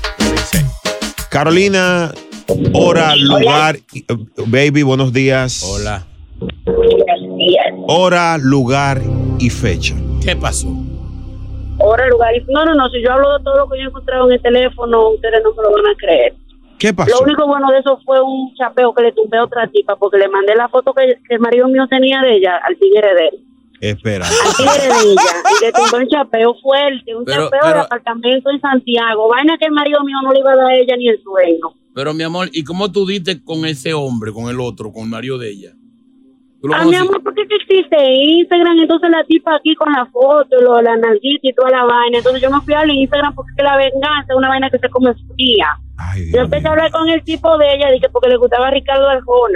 Speaker 6: Carolina, hora, lugar. Baby, buenos días.
Speaker 7: Hola.
Speaker 4: Buenos días.
Speaker 6: Hora, lugar y fecha.
Speaker 7: ¿Qué pasó?
Speaker 22: Hora, lugar y... No, si yo hablo de todo lo que yo he encontrado en el teléfono, ustedes no me lo van a creer.
Speaker 6: ¿Qué pasó?
Speaker 22: Lo único bueno de eso fue un chapeo que le tumbé a otra tipa, porque le mandé la foto que el marido mío tenía de ella al tigre de él.
Speaker 6: Espera.
Speaker 22: Al tigre de ella. Y le tumbé un chapeo fuerte, chapeo de apartamento en Santiago. Vaina que el marido mío no le iba a dar a ella ni el sueño.
Speaker 7: Pero, mi amor, ¿y cómo tú diste con ese hombre, con el otro, con el marido de ella?
Speaker 22: Mi amor, ¿por qué existe Instagram? Entonces la tipa aquí con la foto, la nalguita y toda la vaina. Entonces yo me fui al Instagram porque la venganza es una vaina que se come fría. Yo empecé a hablar con el tipo de ella, dije porque le gustaba a Ricardo Arjona.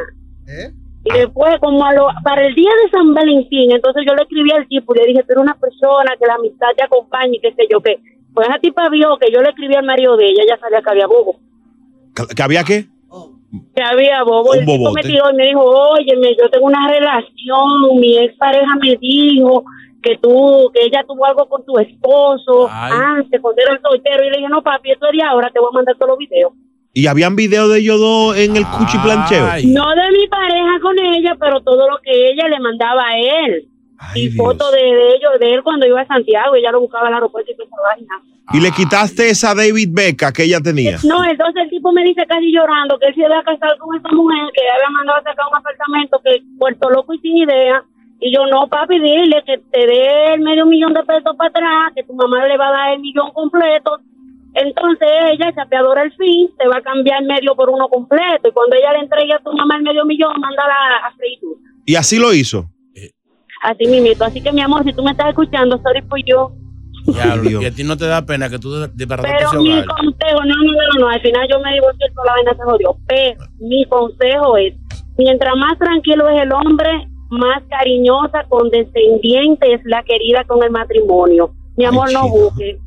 Speaker 22: Y después, para el día de San Valentín, entonces yo le escribí al tipo y le dije, tú eres una persona que la amistad te acompaña y qué sé yo qué. Pues esa tipa vio que yo le escribí al marido de ella, ya sabía que había bobo.
Speaker 6: ¿Que había qué?
Speaker 22: Que había bobo.
Speaker 6: Un
Speaker 22: el tipo
Speaker 6: bobote.
Speaker 22: me tiró y me dijo, óyeme, yo tengo una relación, mi ex pareja me dijo que ella tuvo algo con tu esposo antes, cuando era soltero. Y le dije, no papi, esto es de ahora, te voy a mandar todos los videos.
Speaker 6: ¿Y habían videos de ellos dos en el cuchiplancheo?
Speaker 22: No de mi pareja con ella, pero todo lo que ella le mandaba a él. Y fotos de él cuando iba a Santiago, ella lo buscaba al aeropuerto y toda esa vaina.
Speaker 6: ¿Y le quitaste esa David Becca que ella tenía?
Speaker 22: No, entonces el tipo me dice casi llorando que él se iba a casar con esa mujer, que ella había mandado a sacar un apartamento, que puerto loco y sin idea. Y yo, no, papi, dile que te dé el $500,000 de pesos para atrás, que tu mamá le va a dar el millón completo. Entonces ella, chapeadora al fin, te va a cambiar medio por uno completo. Y cuando ella le entregue a tu mamá el $500,000, mándala a freír.
Speaker 6: ¿Y así lo hizo?
Speaker 22: Así mismito. Así que, mi amor, si tú me estás escuchando, sorry por yo.
Speaker 7: Diablo, y a ti no te da pena que tú desbarataste ese
Speaker 22: Pero mi
Speaker 7: hogar.
Speaker 22: consejo, no, al final yo me divorcié, toda la vaina se jodió. Pero mi consejo es, mientras más tranquilo es el hombre, más cariñosa, condescendiente es la querida con el matrimonio. Mi amor, no busque.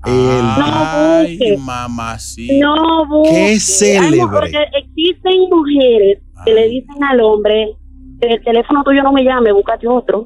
Speaker 22: No busque.
Speaker 7: Mamacita.
Speaker 22: No busque.
Speaker 6: Qué célebre.
Speaker 22: Porque existen mujeres que le dicen al hombre, el teléfono tuyo no me llame, búscate otro.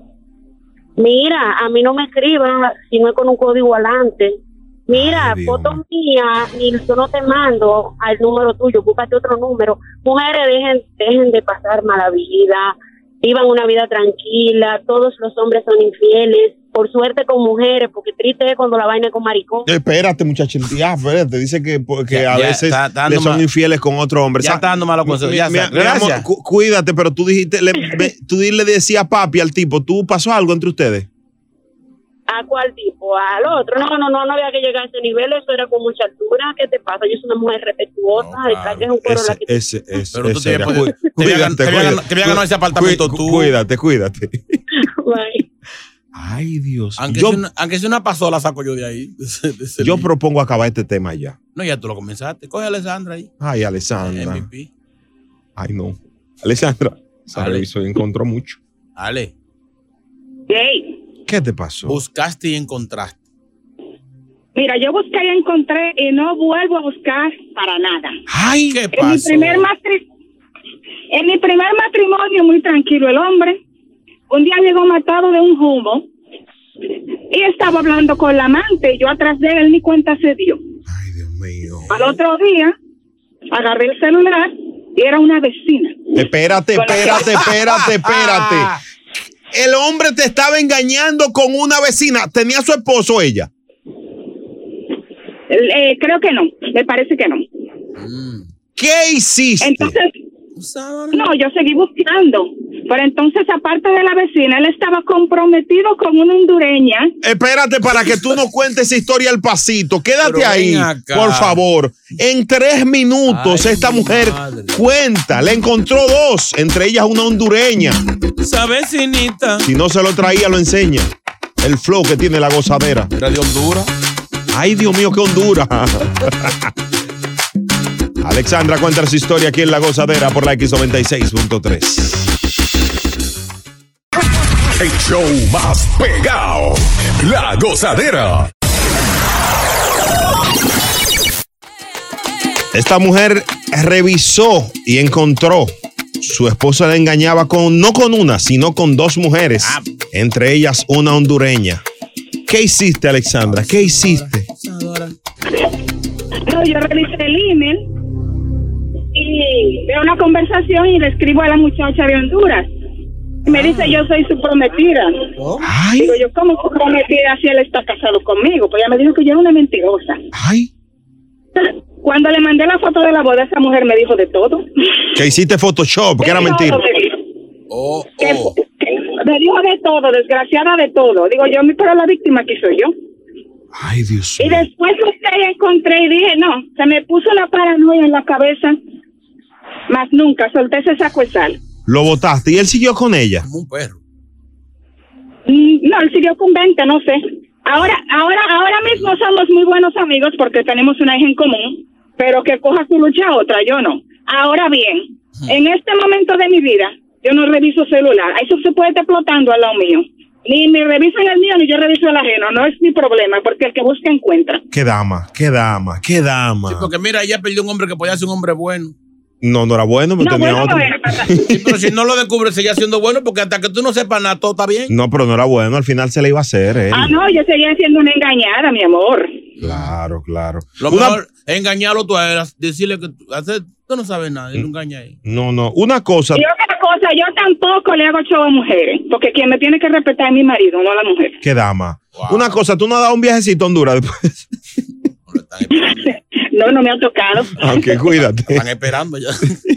Speaker 22: Mira, a mí no me escribas si no es con un código adelante. Mira, fotos mías, y yo no te mando al número tuyo, búscate otro número. Mujeres, dejen de pasar mala vida, vivan una vida tranquila, todos los hombres son infieles. por suerte con mujeres, porque triste es cuando la vaina es con maricón.
Speaker 6: Espérate, muchachos. Espérate. Dice que a
Speaker 7: Ya
Speaker 6: veces
Speaker 7: está
Speaker 6: le son infieles con otro hombre.
Speaker 7: Ya está dando malos consejos. Gracias.
Speaker 6: Cuídate, pero tú dijiste, tú le decías papi al tipo. ¿Tú pasó algo entre ustedes?
Speaker 22: ¿A cuál tipo? Al otro. No había que llegar a ese nivel. Eso era con mucha altura. ¿Qué te pasa? Yo soy una mujer respetuosa. Es un coro la que
Speaker 7: pero tú te había ganado ese apartamento tú.
Speaker 6: Cuídate.
Speaker 22: Bye.
Speaker 6: Ay, Dios.
Speaker 7: Aunque sea una pasola, saco yo de ahí.
Speaker 6: Yo propongo acabar este tema ya.
Speaker 7: No, ya tú lo comenzaste. Coge a Alessandra ahí.
Speaker 6: Ay, Alessandra.
Speaker 7: MVP.
Speaker 6: Ay, no. Alessandra, se revisó y encontró mucho.
Speaker 7: Ale.
Speaker 22: Hey.
Speaker 6: ¿Qué te pasó?
Speaker 7: Buscaste y encontraste.
Speaker 22: Mira, yo busqué y encontré y no vuelvo a buscar para nada.
Speaker 6: Ay,
Speaker 7: ¿qué pasó?
Speaker 22: En mi primer matrimonio, muy tranquilo el hombre. Un día llegó matado de un humo y estaba hablando con la amante y yo atrás de él ni cuenta se dio.
Speaker 6: Ay, Dios mío.
Speaker 22: Al otro día agarré el celular y era una vecina.
Speaker 6: Espérate. El hombre te estaba engañando con una vecina. ¿Tenía su esposo ella?
Speaker 22: Creo que no, me parece que no.
Speaker 6: ¿Qué hiciste?
Speaker 22: Entonces, no, yo seguí buscando. Pero entonces, aparte de la vecina, él estaba comprometido con una hondureña.
Speaker 6: Espérate para que tú no cuentes esa historia al pasito. Quédate ahí, por favor. En 3 minutos, esta mujer cuenta. Le encontró 2, entre ellas una hondureña.
Speaker 7: Esa vecinita.
Speaker 6: Si no se lo traía, lo enseña. El flow que tiene la gozadera.
Speaker 7: Era de Honduras.
Speaker 6: Ay, Dios mío, qué Honduras. Alexandra cuenta su historia aquí en La Gozadera por la X96.3.
Speaker 5: El show más pegado, La Gozadera.
Speaker 6: Esta mujer revisó y encontró. Su esposo la engañaba no con una, sino con 2 mujeres. Entre ellas una hondureña. ¿Qué hiciste, Alexandra? ¿Qué hiciste?
Speaker 22: No, yo revisé el email y veo una conversación y le escribo a la muchacha de Honduras. Y me dice, yo soy su prometida. Digo yo, ¿cómo su prometida si él está casado conmigo? Pues ella me dijo que yo era una mentirosa. Cuando le mandé la foto de la boda, esa mujer me dijo de todo.
Speaker 6: ¿Que hiciste Photoshop? Que era mentira.
Speaker 22: Me dijo de todo, desgraciada de todo. Digo yo, pero la víctima aquí soy yo.
Speaker 6: Ay, Dios mío.
Speaker 22: Y después usted encontré y dije, no, se me puso la paranoia en la cabeza. Más nunca, solté ese saco de sal.
Speaker 6: Lo botaste y él siguió con ella.
Speaker 7: Como un perro.
Speaker 22: No, él siguió con 20, no sé. Ahora mismo somos muy buenos amigos porque tenemos una hija en común, pero que coja su lucha otra, yo no. Ahora bien, en este momento de mi vida, yo no reviso celular. Eso se puede estar explotando al lado mío. Ni me revisan el mío, ni yo reviso el ajeno. No es mi problema, porque el que busca encuentra.
Speaker 6: Qué dama.
Speaker 7: Sí, porque mira, ella perdió un hombre que podía ser un hombre bueno.
Speaker 6: No era bueno, pero tenía otro.
Speaker 7: Sí, pero si no lo descubre, seguía siendo bueno, porque hasta que tú no sepas nada, todo está bien.
Speaker 6: No, pero no era bueno, al final se le iba a hacer él.
Speaker 22: No, yo seguía siendo una engañada, mi amor.
Speaker 6: Claro.
Speaker 7: Lo mejor es engañarlo tú a él, decirle que tú no sabes nada, y lo engaña ahí.
Speaker 6: No, una cosa.
Speaker 22: Y otra cosa, yo tampoco le hago show a mujeres, porque quien me tiene que respetar es mi marido, no la mujer.
Speaker 6: Qué dama. Wow. Una cosa, ¿tú no has dado un viajecito a Honduras después?
Speaker 22: No me ha tocado.
Speaker 6: Aunque cuídate.
Speaker 7: Están esperando ya.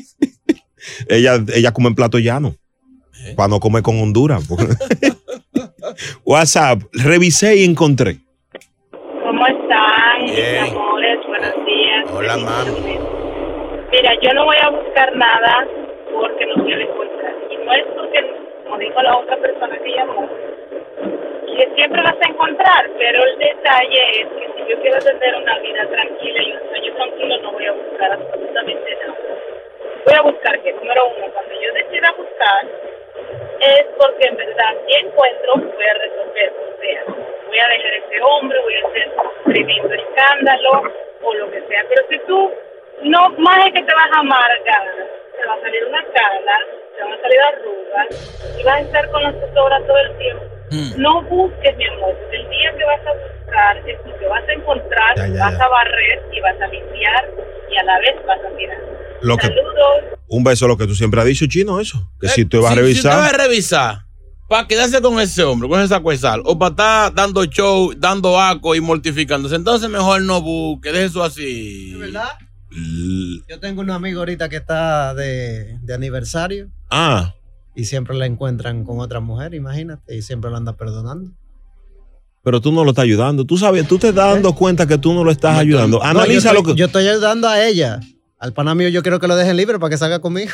Speaker 6: ella come en plato llano. Para no comer con Honduras. WhatsApp, revisé y encontré.
Speaker 22: ¿Cómo están, mis amores? Buenos días.
Speaker 7: Hola, mami.
Speaker 22: Mira, yo no voy a buscar nada porque no quiero encontrar. Y no es porque, como dijo la otra persona que llamó, que siempre vas a encontrar, pero el detalle es que si yo quiero tener una vida tranquila y un sueño tranquilo, no voy a buscar absolutamente nada. Voy a buscar que, número 1, cuando yo decida buscar, es porque en verdad, si encuentro, voy a resolver. O sea, voy a dejar a ese hombre, voy a hacer tremendo escándalo, o lo que sea. Pero si tú, no, más es que te vas a amargar, te va a salir una cara, te van a salir arrugas, y vas a estar con la zozobra todo el tiempo. No busques, mi amor, porque el día que vas a buscar es que vas a encontrar, vas a barrer y vas a limpiar y a la vez vas a mirar.
Speaker 6: Saludos. Un beso a lo que tú siempre has dicho, Chino, eso. Que si te vas a revisar.
Speaker 7: Si te vas a revisar, para quedarse con ese hombre, con ese saco de sal, o para estar dando show, dando aco y mortificándose. Entonces mejor no busque, deje eso así.
Speaker 8: ¿Es verdad? Yo tengo un amigo ahorita que está de aniversario. Y siempre la encuentran con otra mujer, imagínate, y siempre lo anda perdonando.
Speaker 6: Pero tú no lo estás ayudando. Tú sabes, tú te estás dando cuenta que tú no lo estás ayudando. Analiza lo que...
Speaker 8: Yo estoy ayudando a ella. Al pana mío yo quiero que lo dejen libre para que salga conmigo.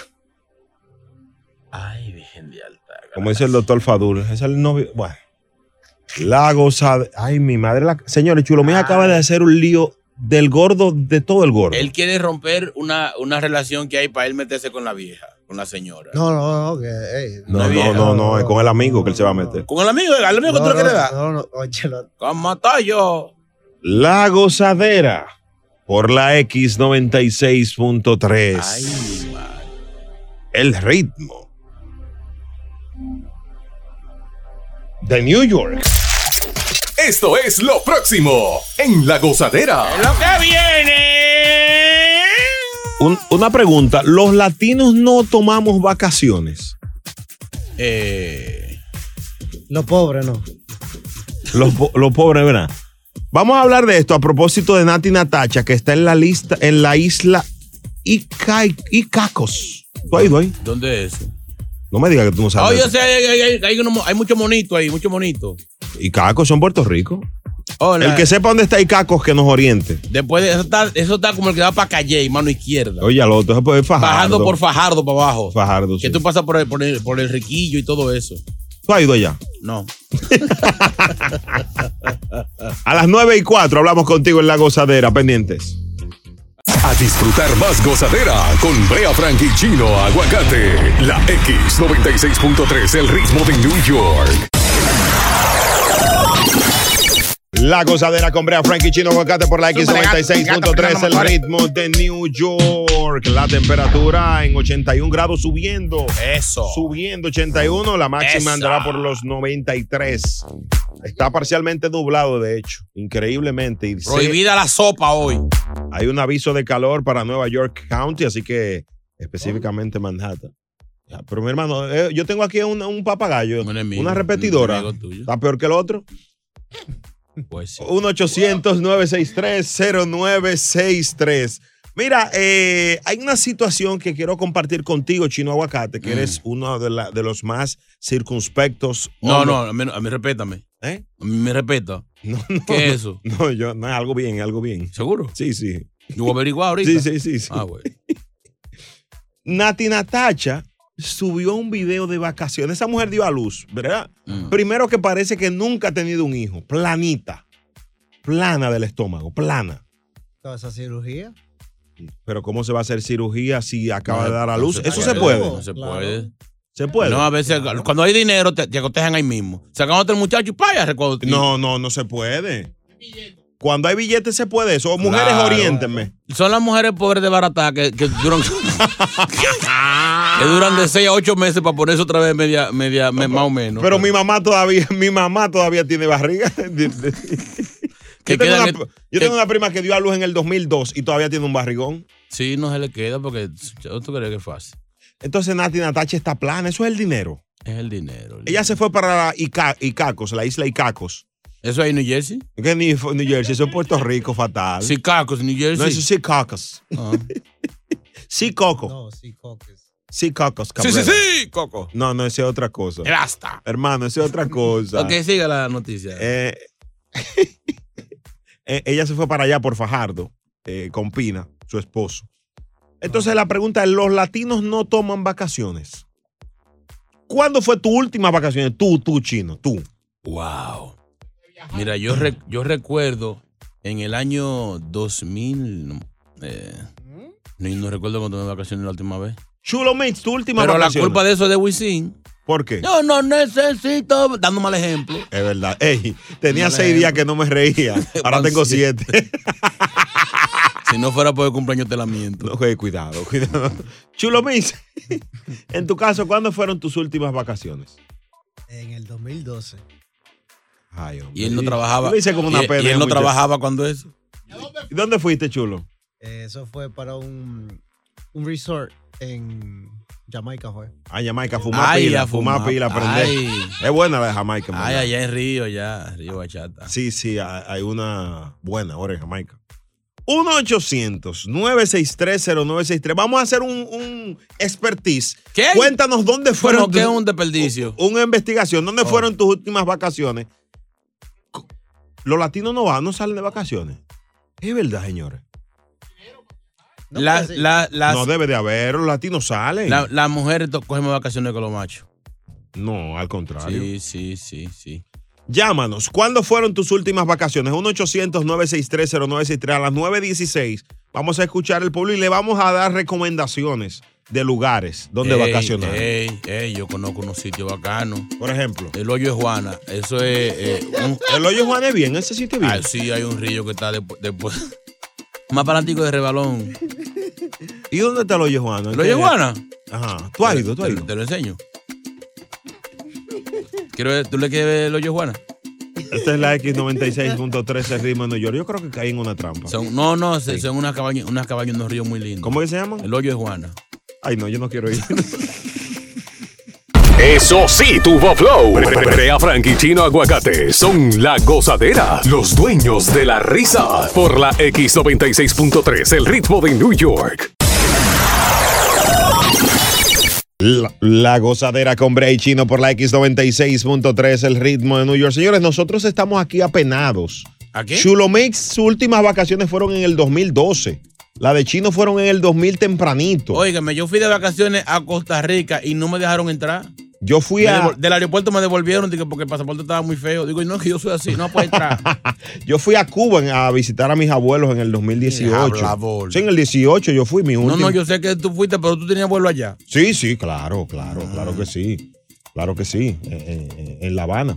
Speaker 7: Ay, Virgen de Alta.
Speaker 6: Como dice el doctor Fadul, es el novio. Bueno, la gozada. Ay, mi madre. Señores, Chulo Mix acaba de hacer un lío del gordo, de todo el gordo.
Speaker 7: Él quiere romper una relación que hay para él meterse con la vieja, con la señora.
Speaker 8: No,
Speaker 6: no, es con el amigo que él se va a meter.
Speaker 7: ¿Con el amigo que tú le quieres dar?
Speaker 8: No, óyelo.
Speaker 7: ¿Cómo estoy yo?
Speaker 6: La gozadera por la X96.3.
Speaker 7: Ay, madre.
Speaker 6: El ritmo de New York.
Speaker 5: Esto es lo próximo en La Gozadera.
Speaker 7: ¡Lo que viene!
Speaker 6: Una pregunta. ¿Los latinos no tomamos vacaciones?
Speaker 8: Los pobres no.
Speaker 6: Los pobres, ¿verdad? Vamos a hablar de esto a propósito de Nati Natacha, que está en la lista, en la isla Icacos. ¿Tú has ido ahí?
Speaker 7: ¿Dónde es eso?
Speaker 6: No me digas que tú no sabes.
Speaker 7: Yo sé, hay muchos monitos ahí, muchos monitos.
Speaker 6: Icacos son Puerto Rico.
Speaker 7: Hola.
Speaker 6: El que sepa dónde está Icacos, que nos oriente.
Speaker 7: Después de eso está como el que va para Calle, mano izquierda.
Speaker 6: Oye, al otro se puede Fajardo.
Speaker 7: Bajando por Fajardo para abajo.
Speaker 6: Fajardo,
Speaker 7: que tú pasas por el Riquillo y todo eso.
Speaker 6: ¿Tú has ido allá?
Speaker 7: No.
Speaker 6: A las 9:04 hablamos contigo en La Gozadera, pendientes.
Speaker 5: A disfrutar más gozadera con Brea Frank y Chino Aguacate. La X96.3, el ritmo de New York.
Speaker 6: La Gozadera con Brea Frank y Chino Aguacate por la X96.3, el ritmo de New York. La temperatura en 81 grados subiendo.
Speaker 7: Eso.
Speaker 6: Subiendo 81, la máxima andará por los 93. Está parcialmente nublado, de hecho, increíblemente.
Speaker 7: Prohibida la sopa hoy.
Speaker 6: Hay un aviso de calor para Nueva York County, así que específicamente Manhattan. Pero mi hermano, yo tengo aquí un papagayo, una repetidora. ¿Está peor que el otro?
Speaker 7: Pues sí.
Speaker 6: 1-800-963-0963. Mira, hay una situación que quiero compartir contigo, Chino Aguacate, que eres uno de los más circunspectos.
Speaker 7: No, a mí respétame. A mí me respeta.
Speaker 6: No,
Speaker 7: ¿qué es eso?
Speaker 6: No, algo bien.
Speaker 7: ¿Seguro?
Speaker 6: Sí.
Speaker 7: Yo voy a averiguar ahorita.
Speaker 6: Sí.
Speaker 7: Güey.
Speaker 6: Nati Natacha subió un video de vacaciones. Esa mujer dio a luz, ¿verdad? Primero que parece que nunca ha tenido un hijo. Plana del estómago, plana.
Speaker 8: ¿Toda esa cirugía?
Speaker 6: Pero ¿cómo se va a hacer cirugía si acaba de dar a luz? ¿Eso se puede?
Speaker 7: No se puede.
Speaker 6: ¿Se puede?
Speaker 7: No, a veces cuando hay dinero te acotejan ahí mismo. Sacan a otro muchacho y paya.
Speaker 6: No se puede. Cuando hay billetes se puede eso. Mujeres, oriéntenme.
Speaker 7: Son las mujeres pobres de barata que duran que duran de 6 a 8 meses para ponerse otra vez media más o menos.
Speaker 6: Pero mi mamá todavía tiene barriga. Yo tengo una prima que dio a luz en el 2002 y todavía tiene un barrigón.
Speaker 7: Sí, no se le queda porque tú crees que es fácil.
Speaker 6: Entonces Nati Natacha está plana. Eso es el dinero.
Speaker 7: Es el dinero.
Speaker 6: Ella se fue para Icacos, la isla Icacos.
Speaker 7: ¿Eso es New Jersey?
Speaker 6: ¿Qué New Jersey? Eso es Puerto Rico, fatal.
Speaker 7: Sí, Cacos, New Jersey.
Speaker 6: No, eso es Icacos. Sí, Coco.
Speaker 8: No, sí, Cocos.
Speaker 6: Sí, Cocos.
Speaker 7: Sí, Coco.
Speaker 6: No, esa es otra cosa.
Speaker 7: Basta.
Speaker 6: Hermano, esa es otra cosa.
Speaker 7: Ok, siga la noticia.
Speaker 6: Ella se fue para allá por Fajardo, con Pina, su esposo. Entonces la pregunta es, ¿los latinos no toman vacaciones? ¿Cuándo fue tu última vacaciones? Tú, Chino, tú.
Speaker 7: Wow. Mira, yo recuerdo en el año 2000, no recuerdo cuando tomé vacaciones la última vez.
Speaker 6: Chulo Mix, tu última
Speaker 7: vacaciones. Pero la culpa de eso es de Wisin.
Speaker 6: ¿Por qué?
Speaker 7: Yo no necesito, dando mal ejemplo.
Speaker 6: Es verdad. Tenía 6 días que no me reía. Ahora tengo 7.
Speaker 7: Si no fuera por el cumpleaños te lamento.
Speaker 6: No, cuidado. Chulo Mix, en tu caso, ¿cuándo fueron tus últimas vacaciones?
Speaker 8: En el 2012.
Speaker 6: Ay, hombre.
Speaker 7: Y él no trabajaba.
Speaker 6: Yo hice como una pena.
Speaker 7: Y él no trabajaba cuando eso.
Speaker 6: ¿Y dónde fuiste, Chulo?
Speaker 8: Eso fue para un resort en Jamaica fue.
Speaker 6: Jamaica, fumar pila, aprender. Es buena la de Jamaica.
Speaker 7: Allá en Río, Río Bachata.
Speaker 6: Sí, hay una buena ahora en Jamaica. 1-800-963-0963. Vamos a hacer un expertise.
Speaker 7: ¿Qué?
Speaker 6: Cuéntanos dónde fueron.
Speaker 7: ¿Qué es un desperdicio?
Speaker 6: Una investigación. ¿Dónde fueron tus últimas vacaciones? Los latinos no salen de vacaciones. Es verdad, señores. No debe de haber, los latinos salen.
Speaker 7: Las mujeres cogemos vacaciones con los machos.
Speaker 6: No, al contrario.
Speaker 7: Sí.
Speaker 6: Llámanos. ¿Cuándo fueron tus últimas vacaciones? 1-800-963-0963 a las 9:16. Vamos a escuchar el pueblo y le vamos a dar recomendaciones de lugares donde vacacionar.
Speaker 7: Yo conozco unos sitios bacanos.
Speaker 6: Por ejemplo,
Speaker 7: el Hoyo de Juana. Eso es
Speaker 6: el Hoyo de Juana es bien, ese sitio es bien.
Speaker 7: Sí, hay un río que está después más para adelante de Rebalón.
Speaker 6: ¿Y dónde está el Hoyo de Juana?
Speaker 7: ¿El Hoyo de Juana?
Speaker 6: Ajá. ¿Tú has ido?
Speaker 7: Te lo enseño. ¿Tú le quieres ver el Hoyo de Juana?
Speaker 6: Esta es la X96.3 el ritmo de New York. Yo creo que caí en una trampa.
Speaker 7: Son unas cabañas en unos ríos muy lindos.
Speaker 6: ¿Cómo que se llaman?
Speaker 7: El Hoyo de Juana.
Speaker 6: Ay, no, yo no quiero ir.
Speaker 5: Eso sí, tuvo flow. Brea Frank y Chino Aguacate son la gozadera, los dueños de la risa. Por la X96.3, el ritmo de New York.
Speaker 6: La gozadera con Brea y Chino por la X96.3, el ritmo de New York. Señores, nosotros estamos aquí apenados.
Speaker 7: ¿A qué?
Speaker 6: Chulo Mix, sus últimas vacaciones fueron en el 2012. La de Chino fueron en el 2000 tempranito.
Speaker 7: Óigame, yo fui de vacaciones a Costa Rica y no me dejaron entrar.
Speaker 6: Yo fui
Speaker 7: del aeropuerto me devolvieron porque el pasaporte estaba muy feo. Digo, no, que yo soy así, no puedo entrar.
Speaker 6: Yo fui a Cuba a visitar a mis abuelos en el 2018. Sí, en el 18 yo fui, mi último.
Speaker 7: No, yo sé que tú fuiste, pero tú tenías vuelo allá.
Speaker 6: Sí, claro que sí. Claro que sí, en La Habana.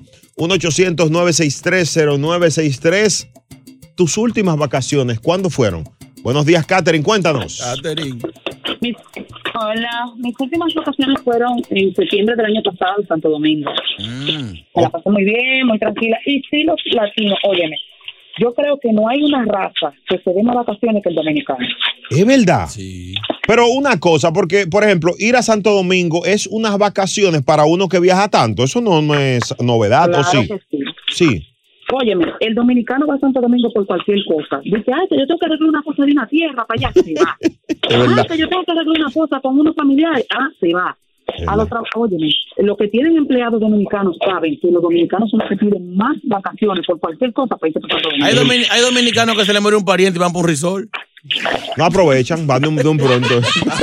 Speaker 6: 1-800-963-0963. Tus últimas vacaciones, ¿cuándo fueron? Buenos días, Catherine, cuéntanos.
Speaker 7: Catherine.
Speaker 15: Hola, mis últimas vacaciones fueron en septiembre del año pasado en Santo Domingo. Me la pasé muy bien, muy tranquila. Y sí, los latinos, óyeme, yo creo que no hay una raza que se dé más vacaciones que el dominicano.
Speaker 6: ¿Es verdad?
Speaker 7: Sí.
Speaker 6: Pero una cosa, porque, por ejemplo, ir a Santo Domingo es unas vacaciones para uno que viaja tanto. Eso no es novedad,
Speaker 15: claro,
Speaker 6: ¿o sí?
Speaker 15: Que sí.
Speaker 6: Sí.
Speaker 15: Óyeme, el dominicano va a Santo Domingo por cualquier cosa. Dice, que yo tengo que arreglar una cosa de una tierra para allá, se va. Que yo tengo que arreglar una cosa con unos familiares, se va. Óyeme, los que tienen empleados dominicanos saben que los dominicanos son los que piden más vacaciones por cualquier cosa para irse para Santo Domingo.
Speaker 7: Hay dominicanos que se le muere un pariente y van por un resort.
Speaker 6: No aprovechan, van de un pronto.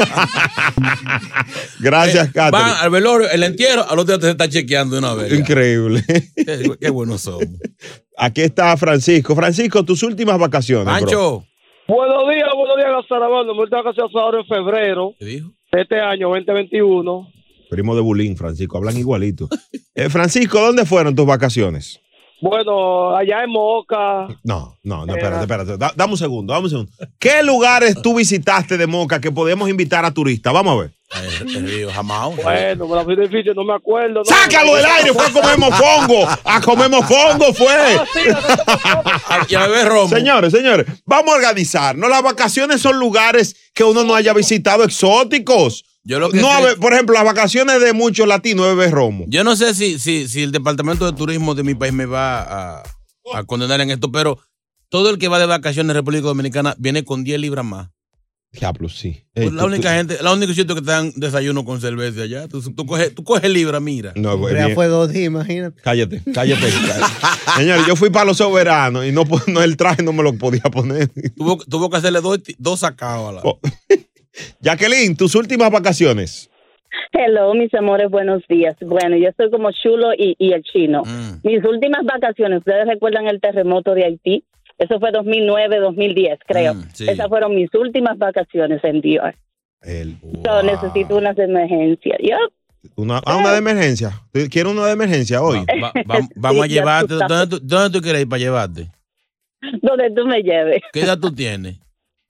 Speaker 6: Gracias, Catherine.
Speaker 7: Van al velorio, el entierro, al otro día te está chequeando de una vez.
Speaker 6: Increíble.
Speaker 7: Qué buenos somos.
Speaker 6: Aquí está Francisco. Francisco, tus últimas vacaciones.
Speaker 7: Pancho.
Speaker 10: Buenos días, Casarabando. Me última vacaciones ahora en febrero.
Speaker 7: ¿Qué dijo?
Speaker 10: De este año, 2021.
Speaker 6: Primo de Bulín, Francisco. Hablan igualito. Francisco, ¿dónde fueron tus vacaciones?
Speaker 10: Bueno, allá en Moca.
Speaker 6: No, espérate. Dame un segundo. ¿Qué lugares tú visitaste de Moca que podemos invitar a turistas? Vamos a ver.
Speaker 7: El río Jamao.
Speaker 10: Bueno, me la fui difícil, no me acuerdo.
Speaker 6: ¡Sácalo del aire! Fue a comer mofongo. A comer mofongo fue.
Speaker 7: Y a beber romo.
Speaker 6: Señores, vamos a organizarnos. Las vacaciones son lugares que uno no haya visitado exóticos. Por ejemplo, las vacaciones de muchos latinos es beber romo.
Speaker 7: Yo no sé si el departamento de turismo de mi país me va a condenar en esto, pero todo el que va de vacaciones en República Dominicana viene con 10 libras más.
Speaker 6: Diablo, sí.
Speaker 7: La única sitio que te dan desayuno con cerveza allá. Tú coges libra, mira.
Speaker 8: No, fue 2 días, imagínate.
Speaker 6: Cállate. Señores, yo fui para los soberanos y no el traje no me lo podía poner.
Speaker 7: Tuvo que hacerle dos sacados.
Speaker 6: Jacqueline, tus últimas vacaciones.
Speaker 21: Hello, mis amores, buenos días. Bueno, yo estoy como Chulo y el Chino. Mis últimas vacaciones, ¿ustedes recuerdan el terremoto de Haití? Eso fue 2009, 2010, creo.
Speaker 7: Sí.
Speaker 21: Esas fueron mis últimas vacaciones en Dior. Yo necesito unas de emergencia.
Speaker 6: Una de emergencia. ¿Quieres una de emergencia hoy?
Speaker 7: Vamos a llevarte. ¿Dónde tú quieres ir para llevarte?
Speaker 21: Donde tú me lleves.
Speaker 7: ¿Qué edad tú tienes?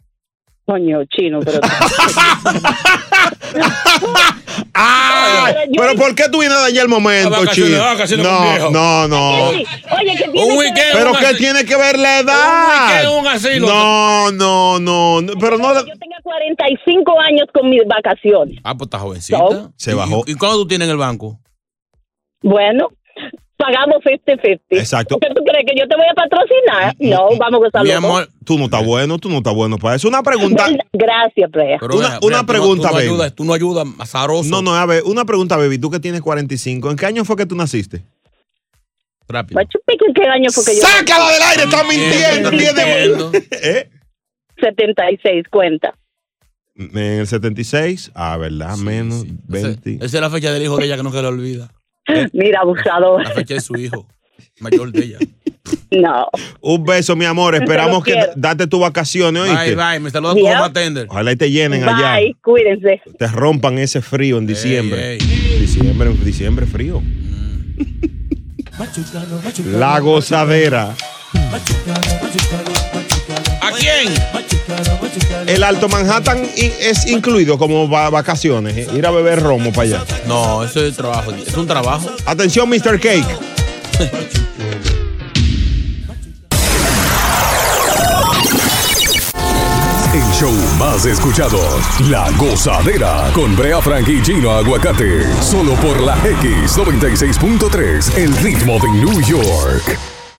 Speaker 21: Coño, Chino, pero...
Speaker 6: Pero ¿por qué tú vienes a dañar el momento, Chino? No.
Speaker 21: Oye, ¿qué tiene
Speaker 6: un weekend, ¿pero qué tiene que ver la edad?
Speaker 21: Un asilo.
Speaker 6: No. Pero no.
Speaker 21: Yo tengo 45 años con mis vacaciones.
Speaker 7: Ah, pues está jovencita.
Speaker 6: Se bajó.
Speaker 7: ¿Y cuándo tú tienes en el banco?
Speaker 21: Bueno, pagamos 50-50.
Speaker 6: Exacto.
Speaker 21: ¿Qué tú crees? ¿Que yo te voy a patrocinar? No, vamos a gozar.
Speaker 6: Mi amor, tú no estás bueno para eso. Una pregunta.
Speaker 21: Gracias, Brea.
Speaker 6: Una pregunta,
Speaker 7: tú
Speaker 6: baby.
Speaker 7: Tú no ayudas, azaroso.
Speaker 6: No, a ver, una pregunta, baby. Tú que tienes 45, ¿en qué año fue que tú naciste?
Speaker 7: Rápido.
Speaker 21: ¿En qué año fue que yo?
Speaker 6: ¡Sácala del aire! ¡Estás mintiendo!
Speaker 21: 76, cuenta.
Speaker 6: En el 76, ¿verdad? Menos 20.
Speaker 7: Esa es la fecha del hijo de ella que no se le olvida.
Speaker 21: Mira, abusador.
Speaker 7: La fecha de su hijo, mayor de ella.
Speaker 21: No.
Speaker 6: Un beso, mi amor. Esperamos que date tus vacaciones, ¿oíste?
Speaker 7: Bye. Me saludas con Home Tender.
Speaker 6: Ojalá y te llenen allá.
Speaker 21: Bye, cuídense.
Speaker 6: Te rompan ese frío en diciembre. Diciembre frío. La gozadera.
Speaker 7: ¿A quién?
Speaker 6: El Alto Manhattan es incluido como vacaciones, ir a beber romo para allá.
Speaker 7: No, eso es trabajo. Es un trabajo.
Speaker 6: Atención, Mr. Cake.
Speaker 5: El show más escuchado, La Gozadera, con Brea Frank y Chino Aguacate, solo por la X96.3, el ritmo de New York.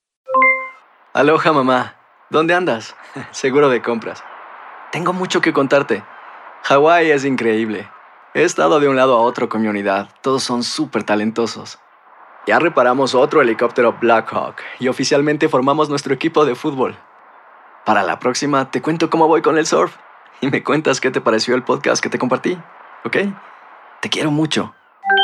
Speaker 18: Aloha, mamá. ¿Dónde andas? Seguro de compras. Tengo mucho que contarte. Hawái es increíble. He estado de un lado a otro con mi unidad. Todos son súper talentosos. Ya reparamos otro helicóptero Blackhawk y oficialmente formamos nuestro equipo de fútbol. Para la próxima te cuento cómo voy con el surf y me cuentas qué te pareció el podcast que te compartí, ¿ok? Te quiero mucho.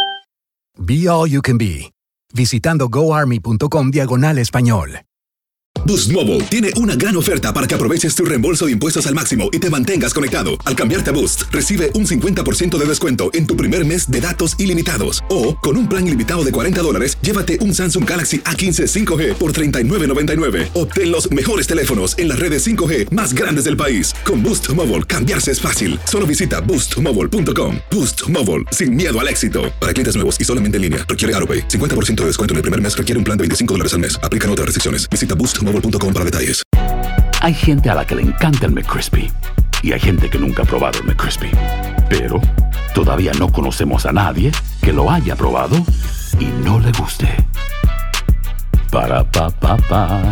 Speaker 19: Be All You Can Be, visitando goarmy.com/español.
Speaker 20: Boost Mobile tiene una gran oferta para que aproveches tu reembolso de impuestos al máximo y te mantengas conectado. Al cambiarte a Boost, recibe un 50% de descuento en tu primer mes de datos ilimitados. O, con un plan ilimitado de $40, llévate un Samsung Galaxy A15 5G por $39.99. Obtén los mejores teléfonos en las redes 5G más grandes del país. Con Boost Mobile, cambiarse es fácil. Solo visita boostmobile.com. Boost Mobile, sin miedo al éxito. Para clientes nuevos y solamente en línea, requiere AutoPay. 50% de descuento en el primer mes requiere un plan de $25 al mes. Aplican otras restricciones. Visita boostmobile.com para detalles.
Speaker 3: Hay gente a la que le encanta el McCrispy y hay gente que nunca ha probado el McCrispy. Pero todavía no conocemos a nadie que lo haya probado y no le guste. Para pa pa pa.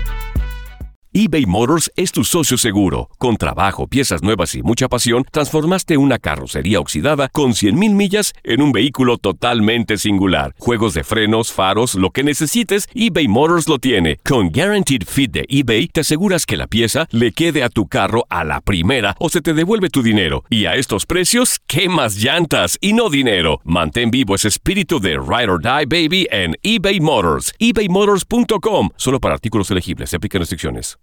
Speaker 1: eBay Motors es tu socio seguro. Con trabajo, piezas nuevas y mucha pasión, transformaste una carrocería oxidada con 100,000 millas en un vehículo totalmente singular. Juegos de frenos, faros, lo que necesites, eBay Motors lo tiene. Con Guaranteed Fit de eBay, te aseguras que la pieza le quede a tu carro a la primera o se te devuelve tu dinero. Y a estos precios, ¿qué más llantas y no dinero? Mantén vivo ese espíritu de Ride or Die, baby, en eBay Motors. ebaymotors.com. Solo para artículos elegibles. Se aplican restricciones.